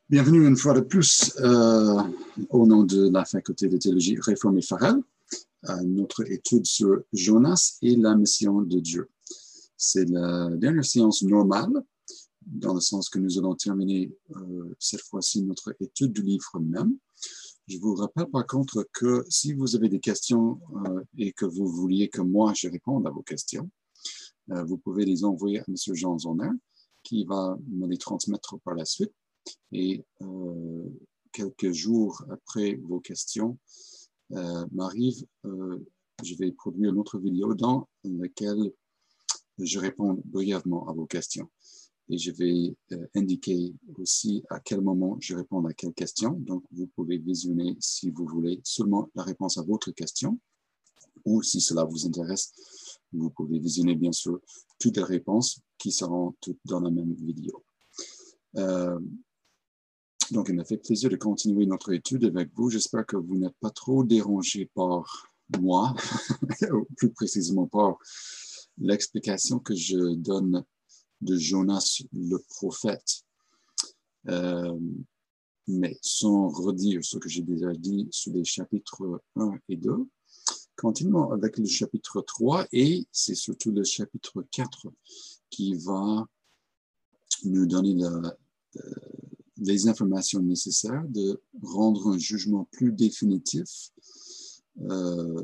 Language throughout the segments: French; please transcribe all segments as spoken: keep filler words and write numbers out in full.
Bienvenue une fois de plus euh, au nom de la faculté de théologie Réformée Farel à notre étude sur Jonas et la mission de Dieu. C'est la dernière séance normale, dans le sens que nous allons terminer euh, cette fois-ci notre étude du livre même. Je vous rappelle par contre que si vous avez des questions euh, et que vous vouliez que moi je réponde à vos questions, euh, vous pouvez les envoyer à M. Jean Zonner, qui va me les transmettre par la suite. Et euh, quelques jours après vos questions euh, m'arrivent, euh, je vais produire une autre vidéo dans laquelle je réponds brièvement à vos questions. Et je vais euh, indiquer aussi à quel moment je réponds à quelle question. Donc, vous pouvez visionner, si vous voulez, seulement la réponse à votre question. Ou si cela vous intéresse, vous pouvez visionner, bien sûr, toutes les réponses qui seront toutes dans la même vidéo. Euh, Donc, il m'a fait plaisir de continuer notre étude avec vous. J'espère que vous n'êtes pas trop dérangés par moi, ou plus précisément par l'explication que je donne de Jonas le prophète. Euh, mais sans redire ce que j'ai déjà dit sur les chapitres un et deux, continuons avec le chapitre trois et c'est surtout le chapitre quatre qui va nous donner la... Euh, les informations nécessaires de rendre un jugement plus définitif euh,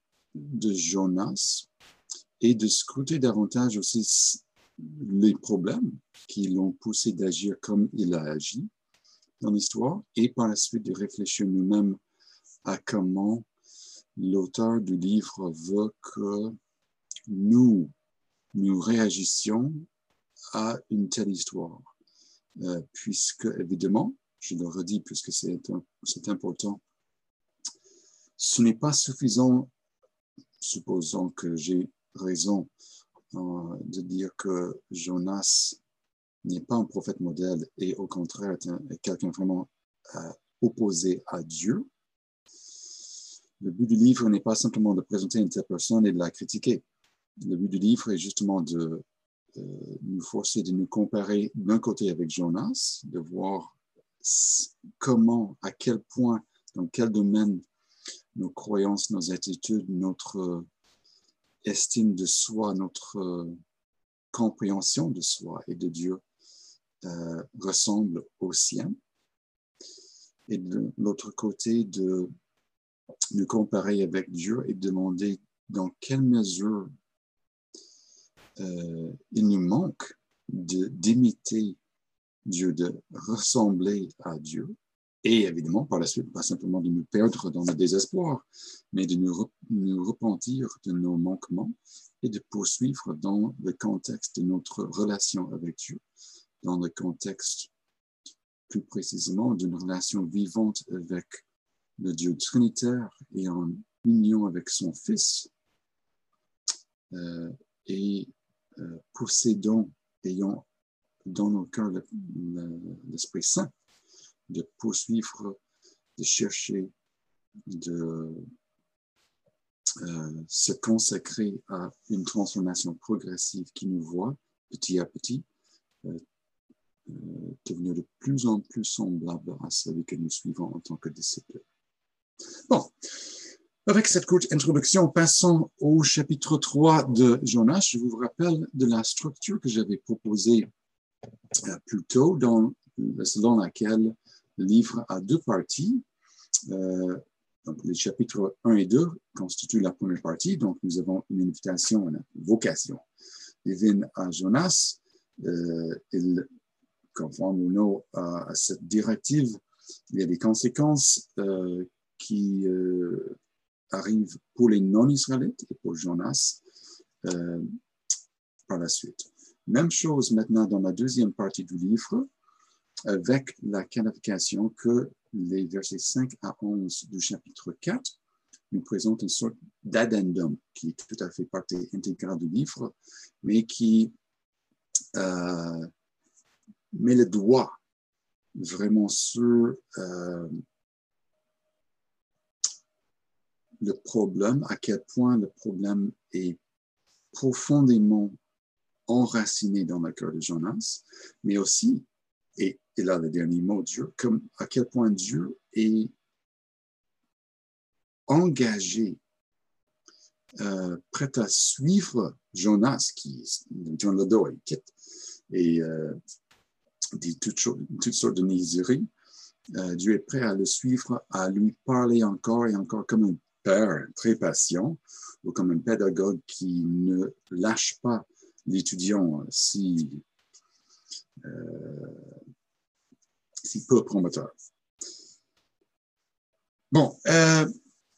de Jonas et de scruter davantage aussi les problèmes qui l'ont poussé d'agir comme il a agi dans l'histoire et par la suite de réfléchir nous-mêmes à comment l'auteur du livre veut que nous, nous réagissions à une telle histoire. Euh, puisque, évidemment, je le redis puisque c'est important, ce n'est pas suffisant, supposons que j'ai raison euh, de dire que Jonas n'est pas un prophète modèle et au contraire est, est quelqu'un vraiment euh, opposé à Dieu. Le but du livre n'est pas simplement de présenter une telle personne et de la critiquer. Le but du livre est justement de Euh, nous forcer de nous comparer d'un côté avec Jonas, de voir comment, à quel point, dans quel domaine nos croyances, nos attitudes, notre estime de soi, notre compréhension de soi et de Dieu euh, ressemblent au sien. Et de l'autre côté, de nous comparer avec Dieu et demander dans quelle mesure Euh, il nous manque de, d'imiter Dieu, de ressembler à Dieu. Et évidemment, par la suite, pas simplement de nous perdre dans le désespoir, mais de nous, re, nous repentir de nos manquements et de poursuivre dans le contexte de notre relation avec Dieu, dans le contexte plus précisément d'une relation vivante avec le Dieu trinitaire et en union avec son Fils. Euh, et Euh, possédons, ayons dans nos cœurs le, le, l'Esprit Saint, de poursuivre, de chercher, de euh, se consacrer à une transformation progressive qui nous voit, petit à petit, euh, euh, devenir de plus en plus semblable à celui que nous suivons en tant que disciples. Bon. Avec cette courte introduction, passons au chapitre trois de Jonas. Je vous rappelle de la structure que j'avais proposée euh, plus tôt, dans, selon laquelle le livre a deux parties. Euh, donc, les chapitres un et deux constituent la première partie. Donc, nous avons une invitation, une vocation divine à Jonas. Euh, il conforme ou non à, à cette directive. Il y a des conséquences euh, qui... Euh, arrive pour les non-israélites et pour Jonas euh, par la suite. Même chose maintenant dans la deuxième partie du livre, avec la qualification que les versets cinq à onze du chapitre quatre nous présentent une sorte d'addendum qui est tout à fait partie intégrale du livre, mais qui euh, met le doigt vraiment sur euh, le problème, à quel point le problème est profondément enraciné dans le cœur de Jonas, mais aussi et, et là, le dernier mot, Dieu, comme à quel point Dieu est engagé, euh, prêt à suivre Jonas, qui tourne le dos, il quitte, et euh, dit toutes, toutes sortes de niaiseries. Euh, Dieu est prêt à le suivre, à lui parler encore et encore comme un père très patient, ou comme un pédagogue qui ne lâche pas l'étudiant si, euh, si peu promoteur. Bon, euh,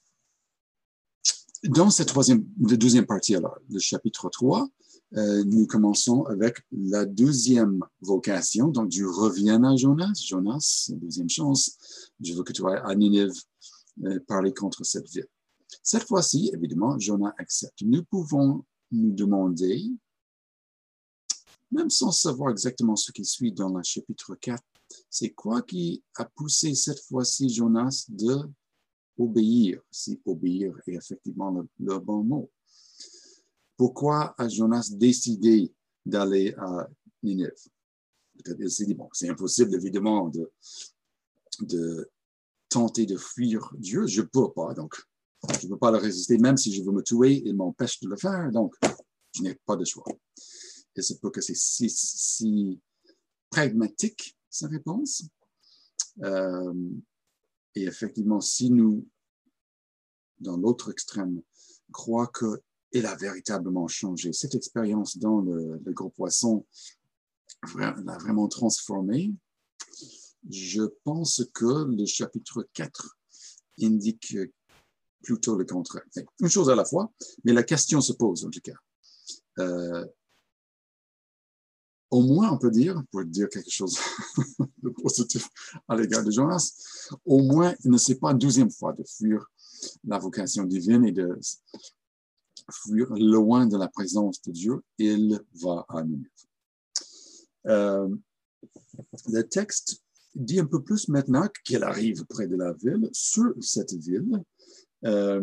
dans cette troisième, de deuxième partie, alors, le chapitre trois, euh, nous commençons avec la deuxième vocation. Donc, Dieu revient à Jonas. Jonas, deuxième chance, je veux que tu ailles à Ninive euh, parler contre cette ville. Cette fois-ci, évidemment, Jonas accepte. Nous pouvons nous demander, même sans savoir exactement ce qui suit dans le chapitre quatre, c'est quoi qui a poussé cette fois-ci Jonas de obéir, si obéir est effectivement le, le bon mot. Pourquoi a Jonas décidé d'aller à Ninive? Peut-être il s'est dit, bon, c'est impossible évidemment de, de tenter de fuir Dieu, je ne peux pas, donc je ne peux pas le résister, même si je veux me tuer, il m'empêche de le faire, donc je n'ai pas de choix. Et c'est pour que c'est si, si pragmatique, sa réponse. Euh, et effectivement, si nous, dans l'autre extrême, croient qu'il a véritablement changé, cette expérience dans le, le gros poisson l'a vraiment transformé, je pense que le chapitre quatre indique plutôt le contraire. Une chose à la fois, mais la question se pose en tout cas. Euh, au moins, on peut dire, pour dire quelque chose de positif à l'égard de Jonas, au moins, il ne sait pas une deuxième fois de fuir la vocation divine et de fuir loin de la présence de Dieu. Il va à Ninive. Euh, le texte dit un peu plus maintenant qu'il arrive près de la ville, sur cette ville. Euh,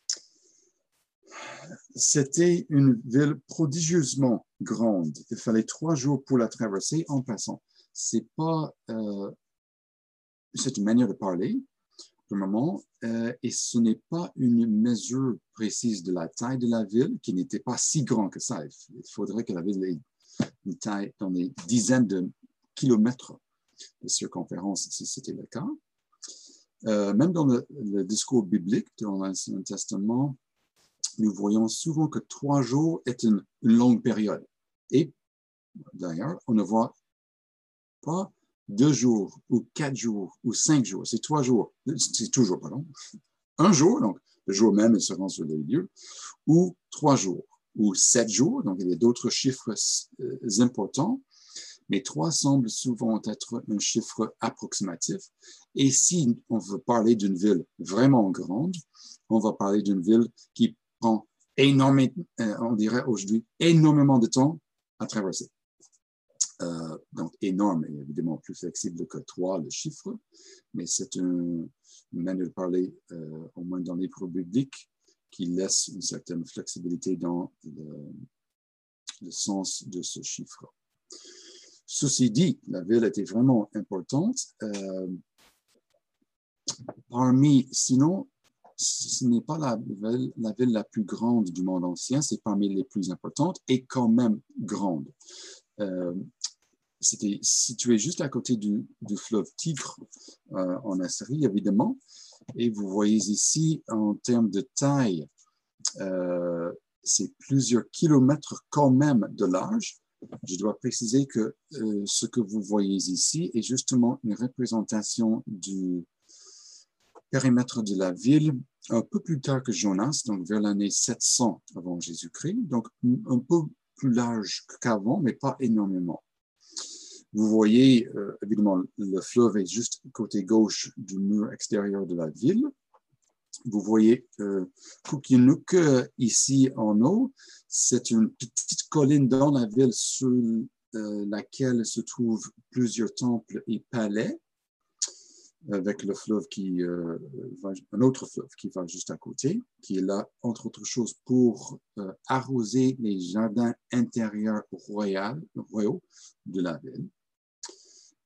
C'était une ville prodigieusement grande. Il fallait trois jours pour la traverser en passant. C'est pas, euh, c'est une manière de parler, pour le moment, euh, et ce n'est pas une mesure précise de la taille de la ville, qui n'était pas si grand que ça. Il faudrait que la ville ait une taille dans des dizaines de kilomètres de circonférence, si c'était le cas. Euh, même dans le, le discours biblique, dans l'Ancien Testament, nous voyons souvent que trois jours est une, une longue période. Et d'ailleurs, on ne voit pas deux jours ou quatre jours ou cinq jours. C'est trois jours. C'est toujours, pardon. Un jour, donc le jour même, il se rend sur les lieux, ou trois jours, ou sept jours. Donc, il y a d'autres chiffres euh, importants, mais trois semble souvent être un chiffre approximatif. Et si on veut parler d'une ville vraiment grande, on va parler d'une ville qui prend énormément, euh, on dirait aujourd'hui, énormément de temps à traverser. Euh, donc, énorme, et évidemment plus flexible que trois, le chiffre, mais c'est un, une manière de parler, euh, au moins dans l'hébreu biblique, qui laisse une certaine flexibilité dans le, le sens de ce chiffre. Ceci dit, la ville était vraiment importante. Euh, parmi, sinon, ce n'est pas la ville, la ville la plus grande du monde ancien, c'est parmi les plus importantes et quand même grande. Euh, C'était situé juste à côté du, du fleuve Tigre euh, en Assyrie, évidemment. Et vous voyez ici, en termes de taille, euh, c'est plusieurs kilomètres quand même de large. Je dois préciser que euh, ce que vous voyez ici est justement une représentation du périmètre de la ville un peu plus tard que Jonas, donc vers l'année sept cents avant Jésus-Christ, donc un peu plus large qu'avant, mais pas énormément. Vous voyez, euh, évidemment, le fleuve est juste côté gauche du mur extérieur de la ville. Vous voyez euh, Kukinuk ici en haut, c'est une petite colline dans la ville sur euh, laquelle se trouvent plusieurs temples et palais, avec le fleuve qui euh, va, un autre fleuve qui va juste à côté, qui est là, entre autres choses, pour euh, arroser les jardins intérieurs royaux, royaux de la ville.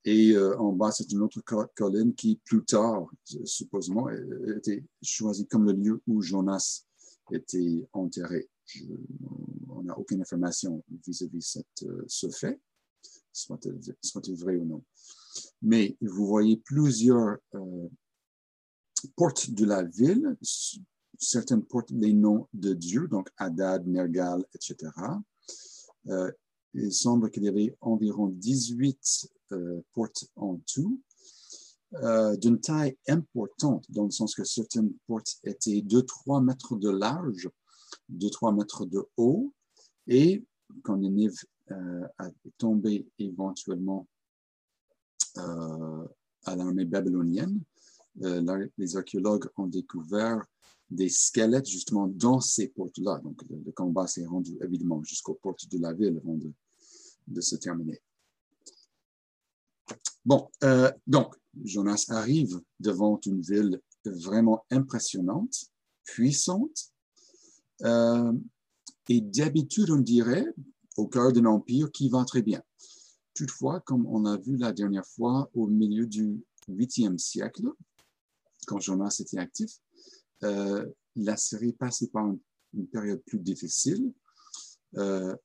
Et euh, en bas, c'est une autre colline qui, plus tard, supposément, était choisie comme le lieu où Jonas était enterré. Je, on n'a aucune information vis-à-vis cette, euh, ce fait, soit, soit vrai ou non. Mais vous voyez plusieurs euh, portes de la ville, certaines portent les noms de Dieu, donc Hadad, Nergal, et cetera. Euh, il semble qu'il y avait environ dix-huit euh, portes en tout, euh, d'une taille importante, dans le sens que certaines portes étaient deux à trois mètres de large, deux à trois mètres de haut, et quand Ninive euh, a tombé éventuellement euh, à l'armée babylonienne, euh, les archéologues ont découvert des squelettes justement dans ces portes-là. Donc, le, le combat s'est rendu évidemment jusqu'aux portes de la ville avant de, de se terminer. Bon, euh, donc, Jonas arrive devant une ville vraiment impressionnante, puissante, euh, et d'habitude, on dirait, au cœur d'un empire qui va très bien. Toutefois, comme on l'a vu la dernière fois, au milieu du huitième siècle, quand Jonas était actif, euh, la Syrie passait par une, une période plus difficile euh,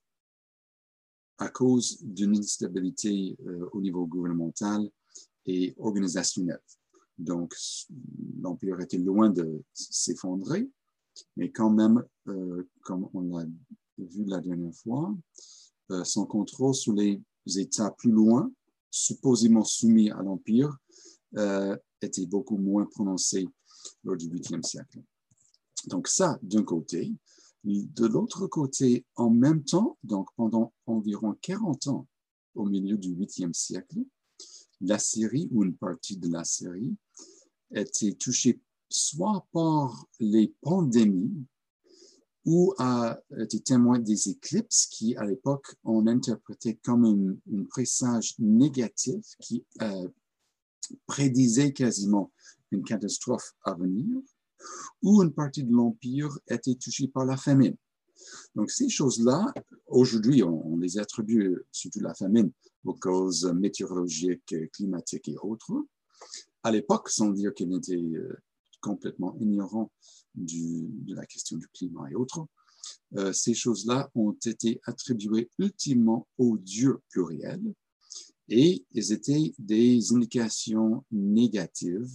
à cause d'une instabilité euh, au niveau gouvernemental et organisationnel. Donc, l'Empire était loin de s'effondrer, mais quand même, euh, comme on l'a vu la dernière fois, euh, son contrôle sur les États plus loin, supposément soumis à l'Empire, euh, était beaucoup moins prononcé lors du huitième siècle. Donc ça, d'un côté. De l'autre côté, en même temps, donc pendant environ quarante ans, au milieu du huitième siècle, la Syrie, ou une partie de la Syrie, était touchée soit par les pandémies, ou a été témoin des éclipses qui, à l'époque, on interprétait comme un, un présage négatif qui euh, prédisait quasiment une catastrophe à venir, ou une partie de l'Empire était touchée par la famine. Donc, ces choses-là, aujourd'hui, on, on les attribue, surtout la famine, aux causes météorologiques, climatiques et autres. À l'époque, sans dire qu'ils étaient euh, complètement ignorants du, de la question du climat et autres, euh, ces choses-là ont été attribuées ultimement aux dieux pluriels et elles étaient des indications négatives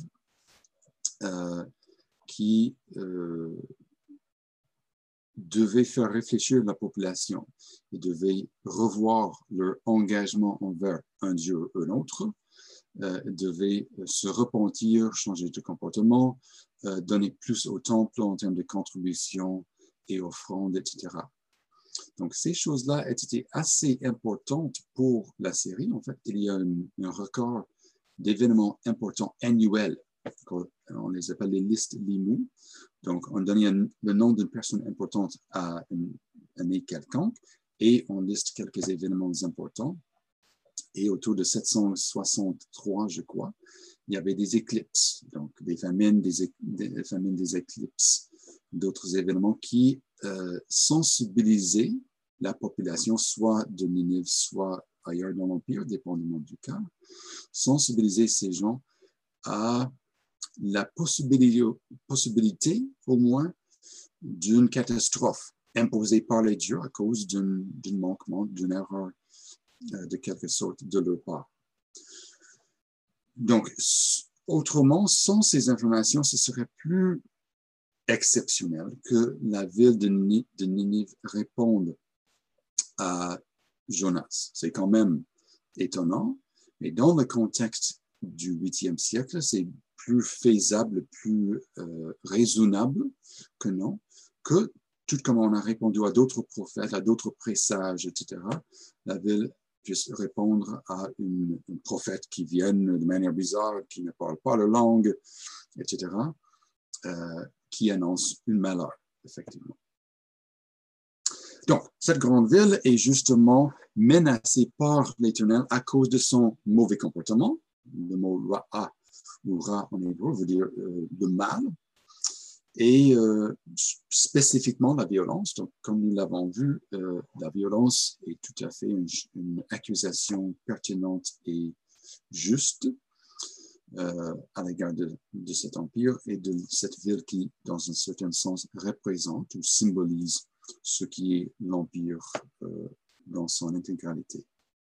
euh, qui euh, devaient faire réfléchir la population. Ils devaient revoir leur engagement envers un dieu ou un autre, euh, devaient se repentir, changer de comportement, euh, donner plus au temple en termes de contributions et offrandes, et cetera. Donc, ces choses-là étaient assez importantes pour la Syrie. En fait, il y a un, un record d'événements importants annuels. On les appelle les listes Limou. Donc, on donne un, le nom d'une personne importante à une année quelconque et on liste quelques événements importants. Et autour de sept cent soixante-trois, je crois, il y avait des éclipses, donc des famines, des, des famines, des éclipses, d'autres événements qui euh, sensibilisaient la population, soit de Ninive, soit ailleurs dans l'Empire, dépendamment du cas, sensibiliser ces gens à la possibilité, possibilité au moins, d'une catastrophe imposée par les dieux à cause d'un manquement, d'une erreur euh, de quelque sorte de leur part. Donc, autrement, sans ces informations, ce serait plus exceptionnel que la ville de Ninive réponde à Jonas. C'est quand même étonnant, mais dans le contexte du huitième siècle, c'est plus faisable, plus euh, raisonnable que non, que tout comme on a répondu à d'autres prophètes, à d'autres présages, et cetera, la ville puisse répondre à une, une prophète qui vienne de manière bizarre, qui ne parle pas la langue, et cetera, euh, qui annonce une malheur, effectivement. Donc, cette grande ville est justement menacée par l'Éternel à cause de son mauvais comportement. Le mot ra'a ou ra en hébreu veut dire euh, le mal. Et euh, spécifiquement la violence. Donc, comme nous l'avons vu, euh, la violence est tout à fait une, une accusation pertinente et juste euh, à l'égard de, de cet empire et de cette ville qui, dans un certain sens, représente ou symbolise ce qui est l'empire euh, dans son intégralité.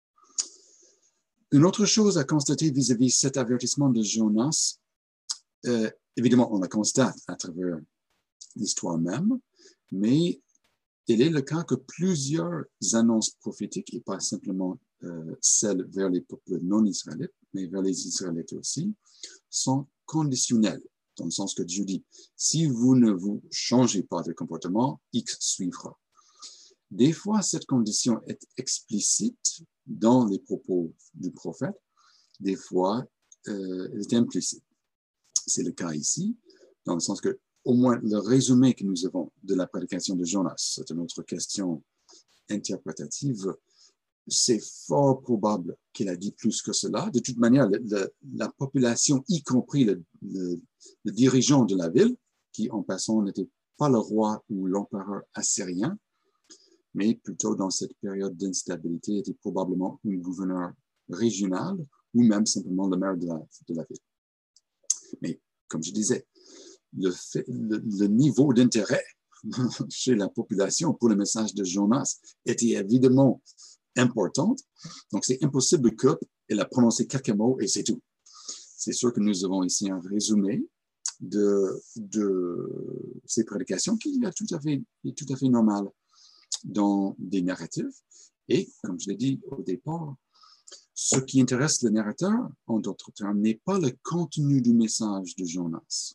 Une autre chose à constater vis-à-vis cet avertissement de Jonas, euh, évidemment, on la constate à travers l'histoire même, mais il est le cas que plusieurs annonces prophétiques, et pas simplement euh, celles vers les peuples non israélites, mais vers les Israélites aussi, sont conditionnelles, dans le sens que Dieu dit, si vous ne vous changez pas de comportement, X suivra. Des fois, cette condition est explicite dans les propos du prophète, des fois, euh, elle est implicite. C'est le cas ici, dans le sens que, au moins, le résumé que nous avons de la prédication de Jonas, c'est une autre question interprétative, c'est fort probable qu'il a dit plus que cela. De toute manière, le, le, la population, y compris le, le, le dirigeant de la ville, qui en passant n'était pas le roi ou l'empereur assyrien, mais plutôt dans cette période d'instabilité, était probablement un gouverneur régional ou même simplement le maire de la, de la ville. Mais comme je disais, le, fait, le, le niveau d'intérêt chez la population pour le message de Jonas était évidemment important. Donc, c'est impossible qu'elle a prononcé quelques mots et c'est tout. C'est sûr que nous avons ici un résumé de, de ces prédications qui est tout à fait, est tout à fait normal dans des narratifs. Et, comme je l'ai dit au départ, ce qui intéresse le narrateur, en d'autres termes, n'est pas le contenu du message de Jonas.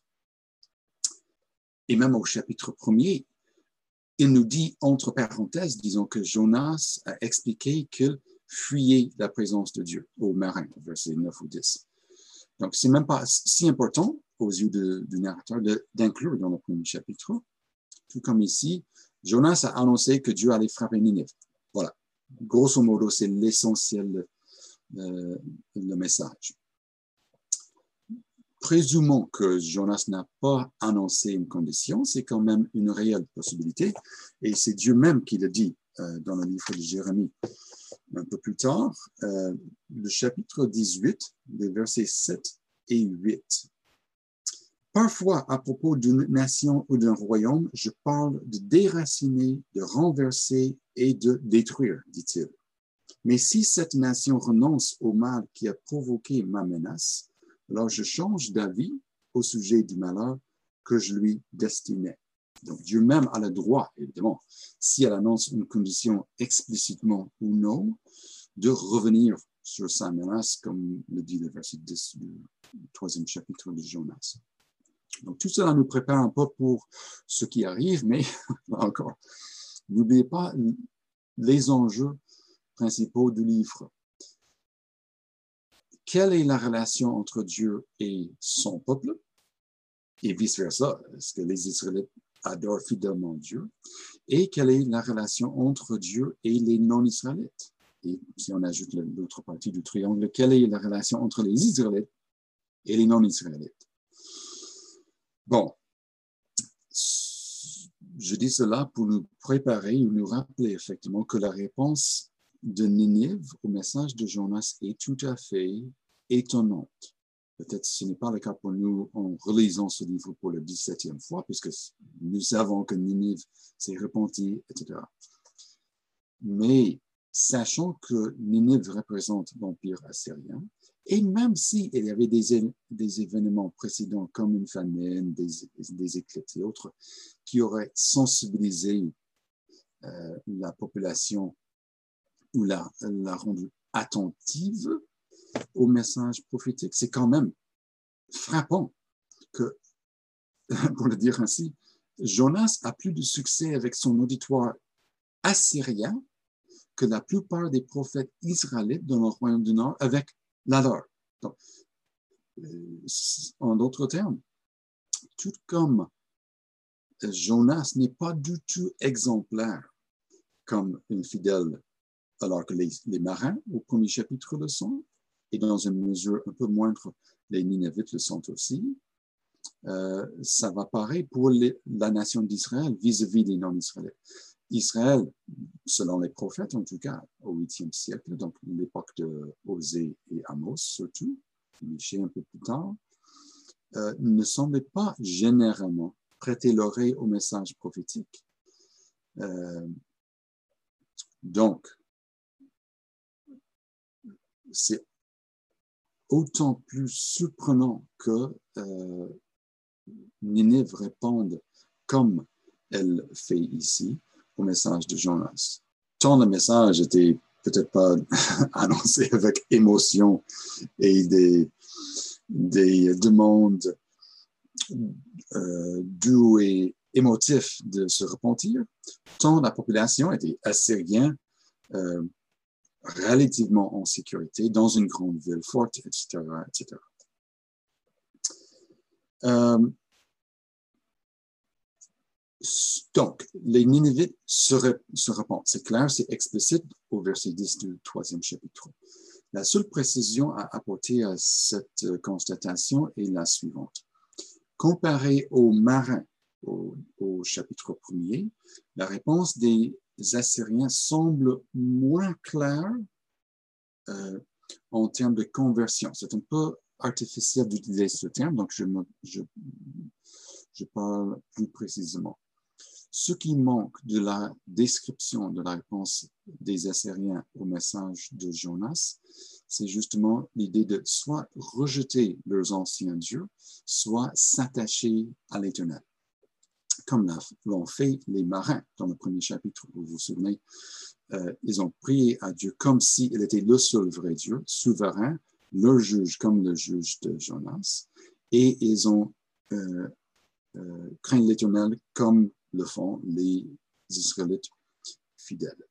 Et même au chapitre premier, il nous dit, entre parenthèses, disons que Jonas a expliqué qu'il fuyait la présence de Dieu aux marins, versets neuf ou dix. Donc, c'est même pas si important aux yeux de, du narrateur d'inclure dans le premier chapitre. Tout comme ici, Jonas a annoncé que Dieu allait frapper Ninive. Voilà. Grosso modo, c'est l'essentiel, euh, le message. Présumons que Jonas n'a pas annoncé une condition, c'est quand même une réelle possibilité. Et c'est Dieu même qui le dit euh, dans le livre de Jérémie. Un peu plus tard, euh, le chapitre dix-huit, les versets sept et huit. Parfois, à propos d'une nation ou d'un royaume, je parle de déraciner, de renverser et de détruire, dit-il. Mais si cette nation renonce au mal qui a provoqué ma menace, alors je change d'avis au sujet du malheur que je lui destinais. Donc Dieu même a le droit, évidemment, si elle annonce une condition explicitement ou non, de revenir sur sa menace, comme le dit le verset dix du troisième chapitre de Jonas. Donc tout cela nous prépare un peu pour ce qui arrive, mais encore, n'oubliez pas les enjeux principaux du livre. Quelle est la relation entre Dieu et son peuple? Et vice-versa, est-ce que les Israélites adorent fidèlement Dieu? Et quelle est la relation entre Dieu et les non-Israélites? Et si on ajoute l'autre partie du triangle, quelle est la relation entre les Israélites et les non-Israélites? Bon, je dis cela pour nous préparer ou nous rappeler effectivement que la réponse de Ninive au message de Jonas est tout à fait étonnante. Peut-être ce n'est pas le cas pour nous en relisant ce livre pour la dix-septième fois, puisque nous savons que Ninive s'est repentie, et cetera. Mais sachant que Ninive représente l'Empire assyrien, et même s'il y avait des, des événements précédents comme une famine, des, des éclipses et autres, qui auraient sensibilisé euh, la population ou la, la rendu attentive au message prophétique, c'est quand même frappant que, pour le dire ainsi, Jonas a plus de succès avec son auditoire assyrien que la plupart des prophètes israélites dans le royaume du Nord avec la leur. Donc, en d'autres termes, tout comme Jonas n'est pas du tout exemplaire comme un fidèle, alors que les, les marins au premier chapitre le sont, et dans une mesure un peu moindre, les Ninévites le sont aussi. Euh, ça va pareil pour les, la nation d'Israël vis-à-vis des non-Israélites. Israël, selon les prophètes en tout cas, au huitième siècle, donc l'époque de Osée et Amos surtout, Michée un peu plus tard, euh, ne semblait pas généralement prêter l'oreille au message prophétique. Euh, donc, c'est autant plus surprenant que euh, Ninive réponde comme elle fait ici au message de Jonas. Tant le message était peut-être pas annoncé avec émotion et des, des demandes euh, doux et émotifs de se repentir, tant la population était assyrienne euh, relativement en sécurité dans une grande ville forte, et cetera, et cetera. Euh, donc, les Ninivites se, re, se repentent. C'est clair, c'est explicite au verset dix du troisième chapitre. La seule précision à apporter à cette constatation est la suivante. Comparé aux marins au, au chapitre premier, la réponse des Assyriens semble moins claire euh, en termes de conversion. C'est un peu artificiel d'utiliser ce terme, donc je, me, je, je parle plus précisément. Ce qui manque de la description de la réponse des Assyriens au message de Jonas, c'est justement l'idée de soit rejeter leurs anciens dieux, soit s'attacher à l'Éternel. Comme l'ont fait les marins dans le premier chapitre, vous vous souvenez, euh, ils ont prié à Dieu comme s'il était le seul vrai Dieu, souverain, leur juge comme le juge de Jonas, et ils ont euh, euh, craint l'Éternel comme le font les Israélites fidèles.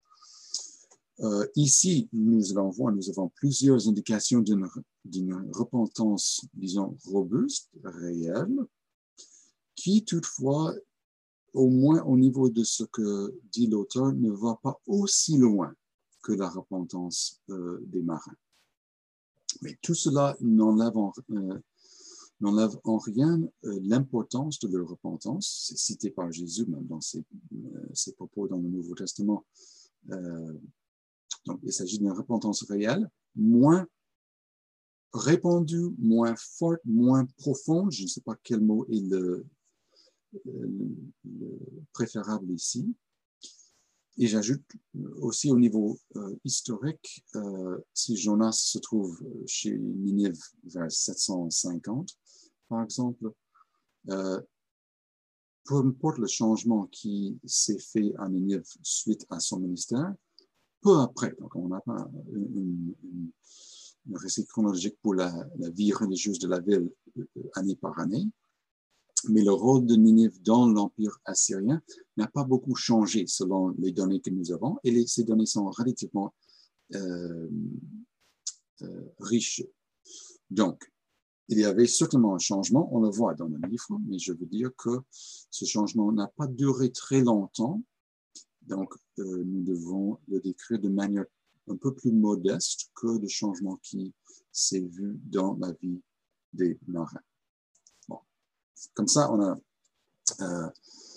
Euh, ici, nous allons voir, nous avons plusieurs indications d'une, d'une repentance, disons, robuste, réelle, qui toutefois, au moins au niveau de ce que dit l'auteur, ne va pas aussi loin que la repentance euh, des marins. Mais tout cela n'enlève en, euh, n'enlève en rien euh, l'importance de leur repentance. C'est cité par Jésus même dans ses, euh, ses propos dans le Nouveau Testament. Euh, donc, il s'agit d'une repentance réelle, moins répandue, moins forte, moins profonde. Je ne sais pas quel mot est le, le, le préférable ici. Et j'ajoute aussi au niveau euh, historique, euh, si Jonas se trouve chez Ninive vers sept cent cinquante, par exemple, euh, peu importe le changement qui s'est fait à Ninive suite à son ministère, peu après, donc on n'a pas une, une, une récit chronologique pour la, la vie religieuse de la ville euh, année par année, mais le rôle de Ninive dans l'Empire assyrien n'a pas beaucoup changé selon les données que nous avons, et les, ces données sont relativement euh, euh, riches. Donc, il y avait certainement un changement, on le voit dans le livre, mais je veux dire que ce changement n'a pas duré très longtemps, donc euh, nous devons le décrire de manière un peu plus modeste que le changement qui s'est vu dans la vie des marins. Bon, comme ça, on a euh,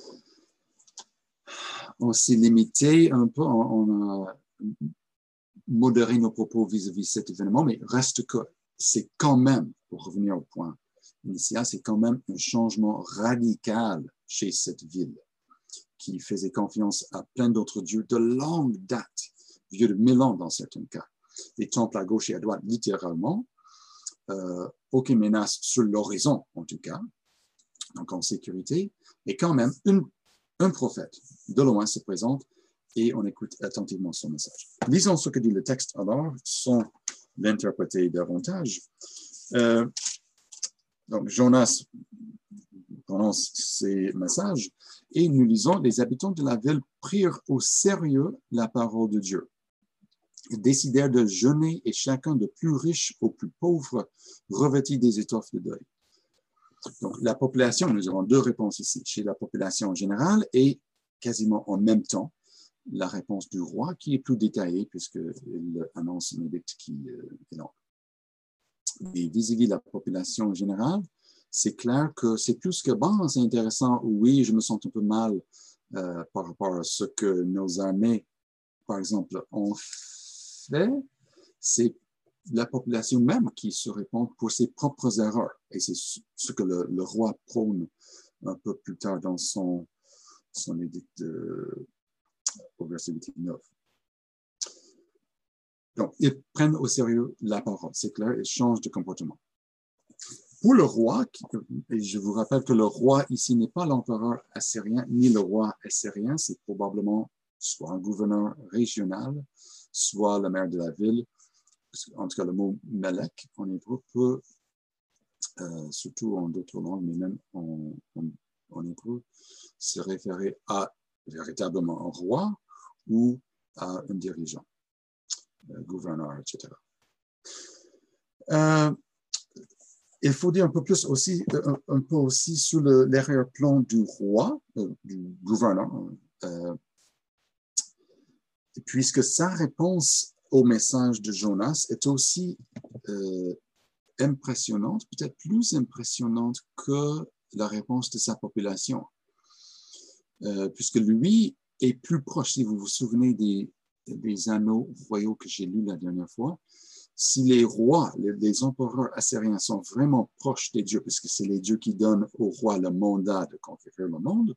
on s'est limité un peu, on, on a modéré nos propos vis-à-vis de cet événement, mais reste que c'est quand même, pour revenir au point initial, c'est quand même un changement radical chez cette ville qui faisait confiance à plein d'autres dieux de longue date, vieux de mille ans dans certains cas. Des temples à gauche et à droite, littéralement, euh, aucune menace sur l'horizon en tout cas, donc en sécurité, et quand même une, un prophète de loin se présente et on écoute attentivement son message. Lisons ce que dit le texte alors, sans l'interpréter davantage. Euh, donc Jonas prononce ses messages et nous lisons, les habitants de la ville prirent au sérieux la parole de Dieu. Ils décidèrent de jeûner et chacun de plus riche au plus pauvre revêtit des étoffes de deuil. Donc la population, nous avons deux réponses ici, chez la population générale et quasiment en même temps, la réponse du roi qui est plus détaillée puisqu'il annonce un édicte qui est long. Et vis-à-vis de la population générale, c'est clair que c'est plus que bon, c'est intéressant, oui, je me sens un peu mal euh, par rapport à ce que nos armées, par exemple, ont fait, c'est la population même qui se répand pour ses propres erreurs. Et c'est ce que le, le roi prône un peu plus tard dans son, son édicte de, au verset vingt-neuf. Donc, ils prennent au sérieux la parole, c'est clair, ils changent de comportement. Pour le roi, et je vous rappelle que le roi ici n'est pas l'empereur assyrien, ni le roi assyrien, c'est probablement soit un gouverneur régional, soit le maire de la ville. En tout cas, le mot melek en hébreu peut, euh, surtout en d'autres langues, mais même en, en, en hébreu, se référer à véritablement un roi ou à un dirigeant, un gouverneur, et cetera. Euh, il faut dire un peu plus aussi, un, un peu aussi sur l'arrière-plan du roi, euh, du gouverneur, euh, puisque sa réponse au message de Jonas est aussi euh, impressionnante, peut-être plus impressionnante que la réponse de sa population. Euh, puisque lui est plus proche, si vous vous souvenez des, des anneaux royaux que j'ai lus la dernière fois, si les rois, les, les empereurs assyriens sont vraiment proches des dieux, puisque c'est les dieux qui donnent au roi le mandat de conquérir le monde,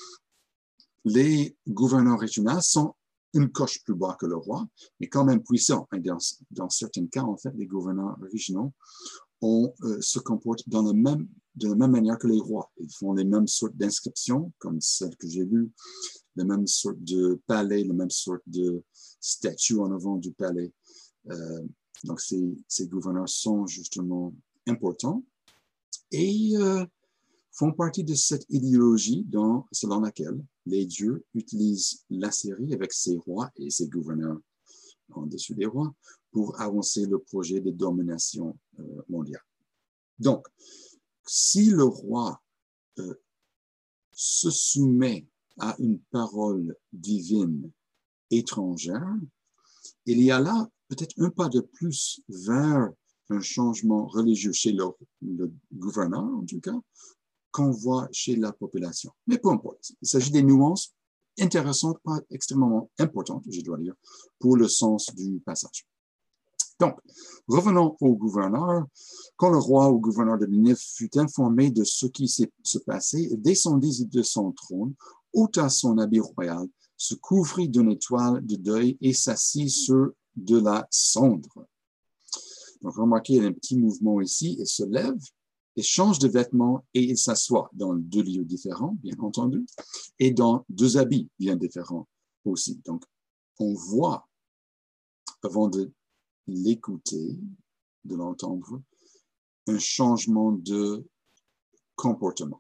les gouverneurs régionaux sont une coche plus bas que le roi, mais quand même puissants. Et dans, dans certains cas, en fait, les gouverneurs régionaux on, euh, se comportent dans le même, de la même manière que les rois. Ils font les mêmes sortes d'inscriptions, comme celles que j'ai lues, les mêmes sortes de palais, les mêmes sortes de statues en avant du palais. Euh, donc, ces, ces gouverneurs sont justement importants et euh, font partie de cette idéologie dans, selon laquelle les dieux utilisent l'Assyrie avec ses rois et ses gouverneurs en dessus des rois pour avancer le projet de domination euh, mondiale. Donc, si le roi euh, se soumet à une parole divine étrangère, il y a là peut-être un pas de plus vers un changement religieux chez le, le gouverneur, en tout cas, qu'on voit chez la population. Mais peu importe, il s'agit des nuances intéressantes, pas extrêmement importantes, je dois dire, pour le sens du passage. Donc, revenons au gouverneur. Quand le roi ou gouverneur de Ninive fut informé de ce qui s'est passé, il descendit de son trône, ôta son habit royal, se couvrit d'une étoile de deuil et s'assit sur de la cendre. Donc, remarquez, il y a un petit mouvement ici, il se lève, il change de vêtements et il s'assoit dans deux lieux différents, bien entendu, et dans deux habits bien différents aussi. Donc, on voit, avant de l'écouter, de l'entendre, un changement de comportement.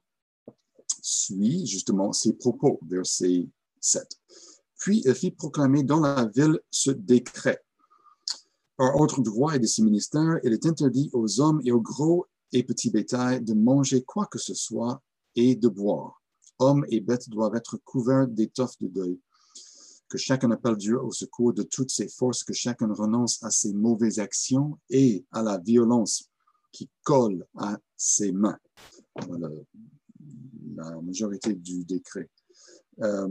Suit justement ses propos, verset sept. Puis il fit proclamer dans la ville ce décret. Par ordre du roi et de ses ministères, il est interdit aux hommes et aux gros et petits bétail de manger quoi que ce soit et de boire. Hommes et bêtes doivent être couverts d'étoffes de deuil. Que chacun appelle Dieu au secours de toutes ses forces, que chacun renonce à ses mauvaises actions et à la violence qui colle à ses mains. Voilà la majorité du décret. Euh,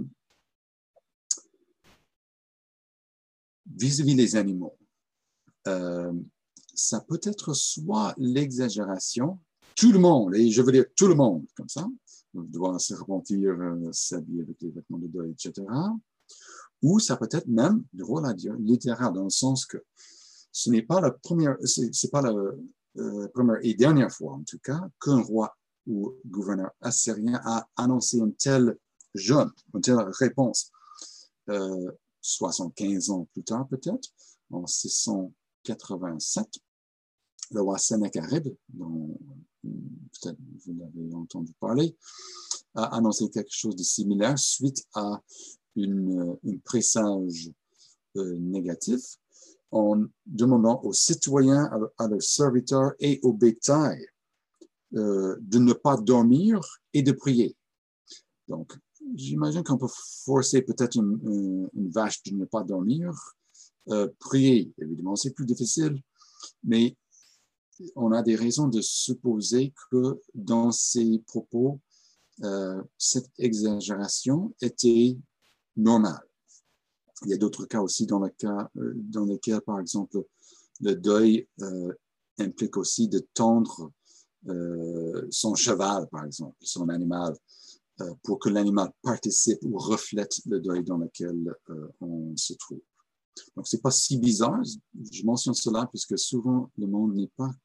vis-à-vis des animaux, euh, ça peut être soit l'exagération, tout le monde, et je veux dire tout le monde, comme ça, doit se repentir, euh, s'habiller avec les vêtements de deuil, et cetera. Ou ça peut être même, du rôle à dire, littéral, dans le sens que ce n'est pas la première, c'est pas la euh, première et dernière fois, en tout cas, qu'un roi ou gouverneur assyrien a annoncé une telle jeune, une telle réponse. Euh, soixante-quinze ans plus tard, peut-être, en six cent quatre-vingt-sept, le roi Sennacherib, dont peut-être vous l'avez entendu parler, a annoncé quelque chose de similaire suite à une, une présage euh, négatif en demandant aux citoyens, à, à leurs serviteurs et au bétail euh, de ne pas dormir et de prier. Donc, j'imagine qu'on peut forcer peut-être une, une, une vache de ne pas dormir. Euh, prier, évidemment, c'est plus difficile, mais on a des raisons de supposer que dans ces propos, euh, cette exagération était normale. Il y a d'autres cas aussi dans, le cas, euh, dans lesquels, par exemple, le deuil euh, implique aussi de tendre euh, son cheval, par exemple, son animal, euh, pour que l'animal participe ou reflète le deuil dans lequel euh, on se trouve. Donc, ce n'est pas si bizarre. Je mentionne cela puisque souvent, le monde n'est pas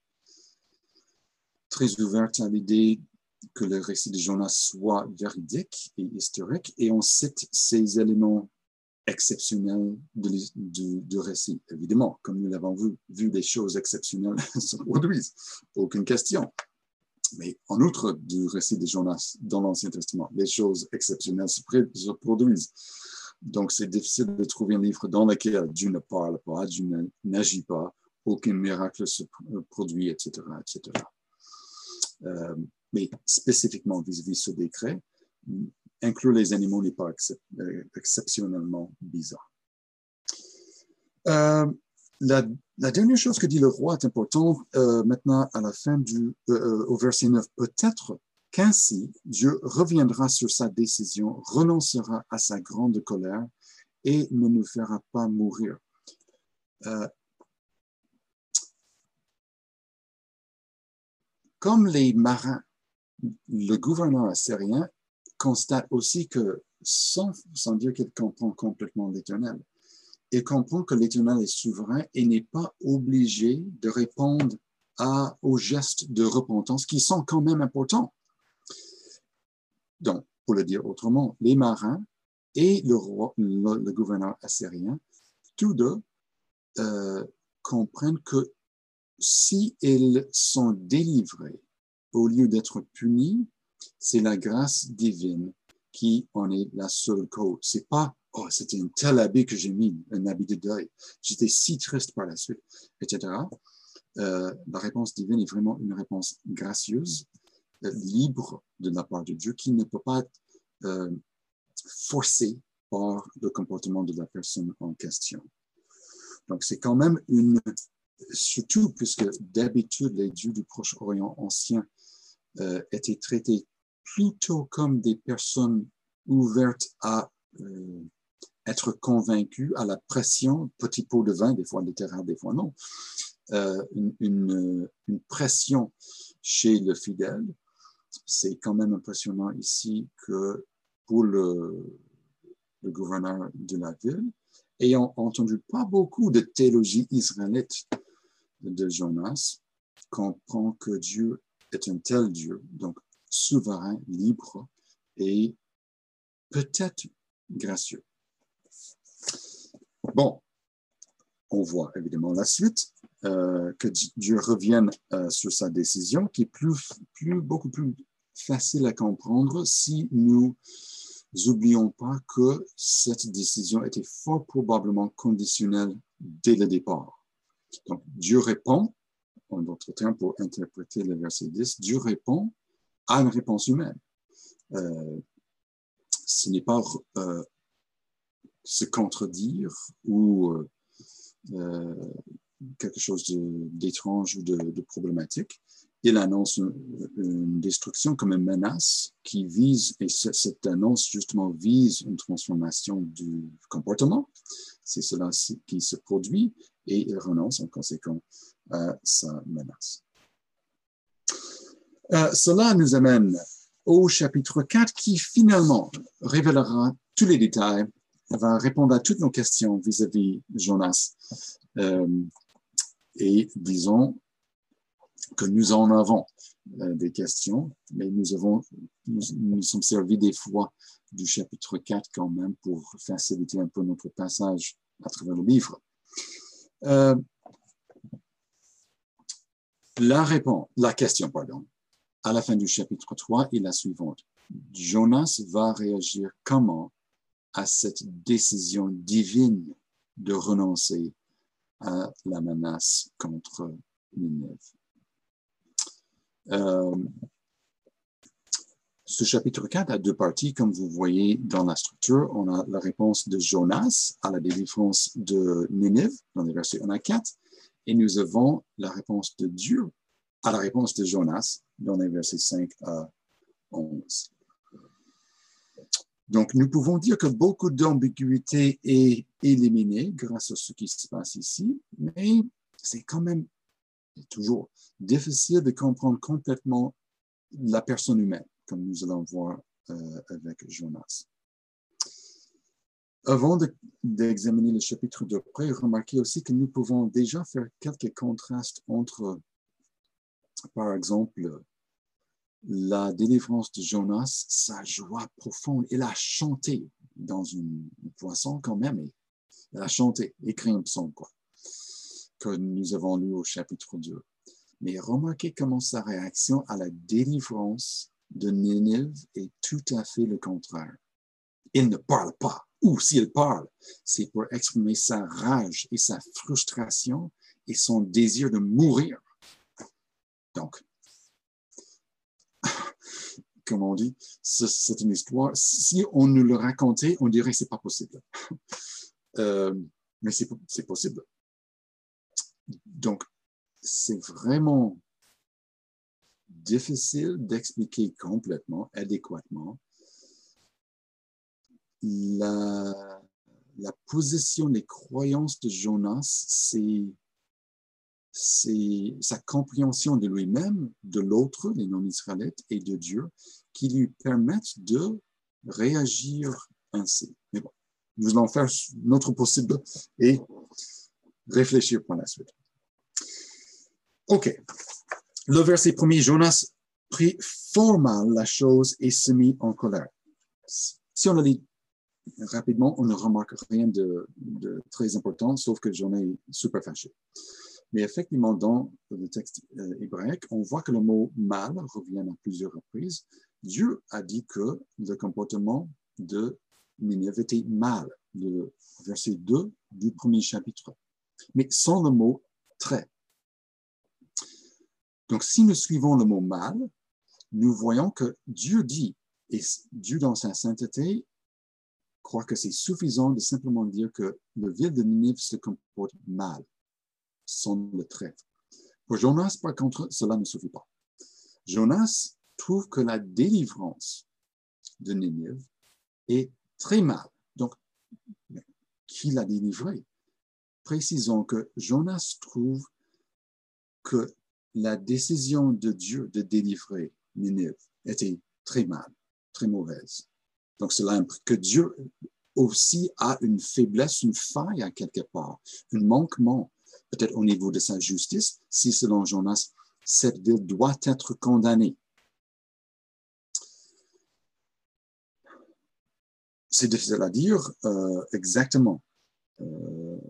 très ouvert à l'idée que le récit de Jonas soit véridique et historique, et on cite ces éléments exceptionnels du, du, du récit. Évidemment, comme nous l'avons vu, vu des choses exceptionnelles se produisent, aucune question. Mais en outre du récit de Jonas dans l'Ancien Testament, les choses exceptionnelles se, se produisent. Donc, c'est difficile de trouver un livre dans lequel Dieu ne parle pas, Dieu n'agit pas, aucun miracle se produit, et cetera, et cetera. Euh, mais spécifiquement vis-à-vis de ce décret, inclure les animaux n'est pas excep exceptionnellement bizarre. Euh, la, la dernière chose que dit le roi est importante euh, maintenant à la fin du, euh, au verset neuf. Peut-être qu'ainsi Dieu reviendra sur sa décision, renoncera à sa grande colère et ne nous fera pas mourir. Euh, comme les marins, le gouverneur assyrien constate aussi que, sans, sans dire qu'il comprend complètement l'Éternel, il comprend que l'Éternel est souverain et n'est pas obligé de répondre à, aux gestes de repentance qui sont quand même importants. Donc, pour le dire autrement, les marins et le, roi, le, le gouverneur assyrien, tous deux euh, comprennent que si ils sont délivrés au lieu d'être punis, c'est la grâce divine qui en est la seule cause. C'est pas, oh, c'était un tel habit que j'ai mis, un habit de deuil. J'étais si triste par la suite, et cetera. Euh, la réponse divine est vraiment une réponse gracieuse, euh, libre de la part de Dieu, qui ne peut pas être euh, forcée par le comportement de la personne en question. Donc, c'est quand même une, surtout puisque d'habitude, les dieux du Proche-Orient ancien euh, étaient traités plutôt comme des personnes ouvertes à euh, être convaincues à la pression, petit pot de vin, des fois littéraire, des fois non, euh, une, une, une pression chez le fidèle. C'est quand même impressionnant ici que pour le, le gouverneur de la ville, ayant entendu pas beaucoup de théologie israélite de Jonas, comprend que Dieu est un tel Dieu, donc souverain, libre et peut-être gracieux. Bon, on voit évidemment la suite, euh, que Dieu revienne euh, sur sa décision, qui est plus, plus, beaucoup plus facile à comprendre si nous n'oublions pas que cette décision était fort probablement conditionnelle dès le départ. Donc, Dieu répond, en d'autres termes, pour interpréter le verset dix, Dieu répond à une réponse humaine. Euh, ce n'est pas euh, se contredire ou euh, euh, quelque chose d'étrange ou de, de problématique. Il annonce une, une destruction comme une menace qui vise, et cette annonce justement vise une transformation du comportement. C'est cela qui se produit et il renonce en conséquence à sa menace. Euh, cela nous amène au chapitre quatre qui finalement révélera tous les détails, va répondre à toutes nos questions vis-à-vis de Jonas. Euh, et disons que nous en avons euh, des questions, mais nous avons, nous, nous sommes servis des fois du chapitre quatre quand même pour faciliter un peu notre passage à travers le livre. Euh, la réponse, la question, pardon, à la fin du chapitre trois est la suivante. Jonas va réagir comment à cette décision divine de renoncer à la menace contre Ninive. Euh, ce chapitre quatre a deux parties, comme vous voyez dans la structure. On a la réponse de Jonas à la délivrance de Ninive, dans les versets un à quatre, et nous avons la réponse de Dieu à la réponse de Jonas, dans les versets cinq à onze. Donc, nous pouvons dire que beaucoup d'ambiguïté est éliminée grâce à ce qui se passe ici, mais c'est quand même toujours difficile de comprendre complètement la personne humaine, comme nous allons voir euh, avec Jonas. Avant d'examiner le chapitre de près, remarquez aussi que nous pouvons déjà faire quelques contrastes entre, par exemple, la délivrance de Jonas, sa joie profonde. Il a chanté dans une boisson quand même. Il a chanté, écrit un psaume, quoi, que nous avons lu au chapitre deux. Mais remarquez comment sa réaction à la délivrance de Ninive est tout à fait le contraire. Il ne parle pas, ou s'il parle, c'est pour exprimer sa rage et sa frustration et son désir de mourir. Donc, comme on dit, c'est une histoire. Si on nous le racontait, on dirait que ce n'est pas possible. Euh, mais c'est possible. Donc, c'est vraiment difficile d'expliquer complètement, adéquatement, la, la position des croyances de Jonas, c'est c'est sa compréhension de lui-même, de l'autre, les non-israélites, et de Dieu, qui lui permettent de réagir ainsi. Mais bon, nous allons faire notre possible et réfléchir par la suite. OK. Le verset premier, Jonas prit fort mal la chose et se mit en colère. Si on le lit rapidement, on ne remarque rien de, de très important, sauf que Jonas est super fâché. Mais effectivement, dans le texte euh, hébraïque, on voit que le mot « mal » revient à plusieurs reprises. Dieu a dit que le comportement de Ninive était mal, le verset deux du premier chapitre, mais sans le mot « très ». Donc, si nous suivons le mot « mal », nous voyons que Dieu dit, et Dieu dans sa sainteté croit que c'est suffisant de simplement dire que le ville de Ninive se comporte mal, sans le trait. Pour Jonas, par contre, cela ne suffit pas. Jonas trouve que la délivrance de Ninive est très mal. Donc, qui l'a délivré? Précisons que Jonas trouve que la décision de Dieu de délivrer Ninive était très mal, très mauvaise. Donc, cela implique que Dieu aussi a une faiblesse, une faille à quelque part, un manquement, peut-être au niveau de sa justice, si selon Jonas, cette ville doit être condamnée. C'est difficile à dire euh, exactement euh,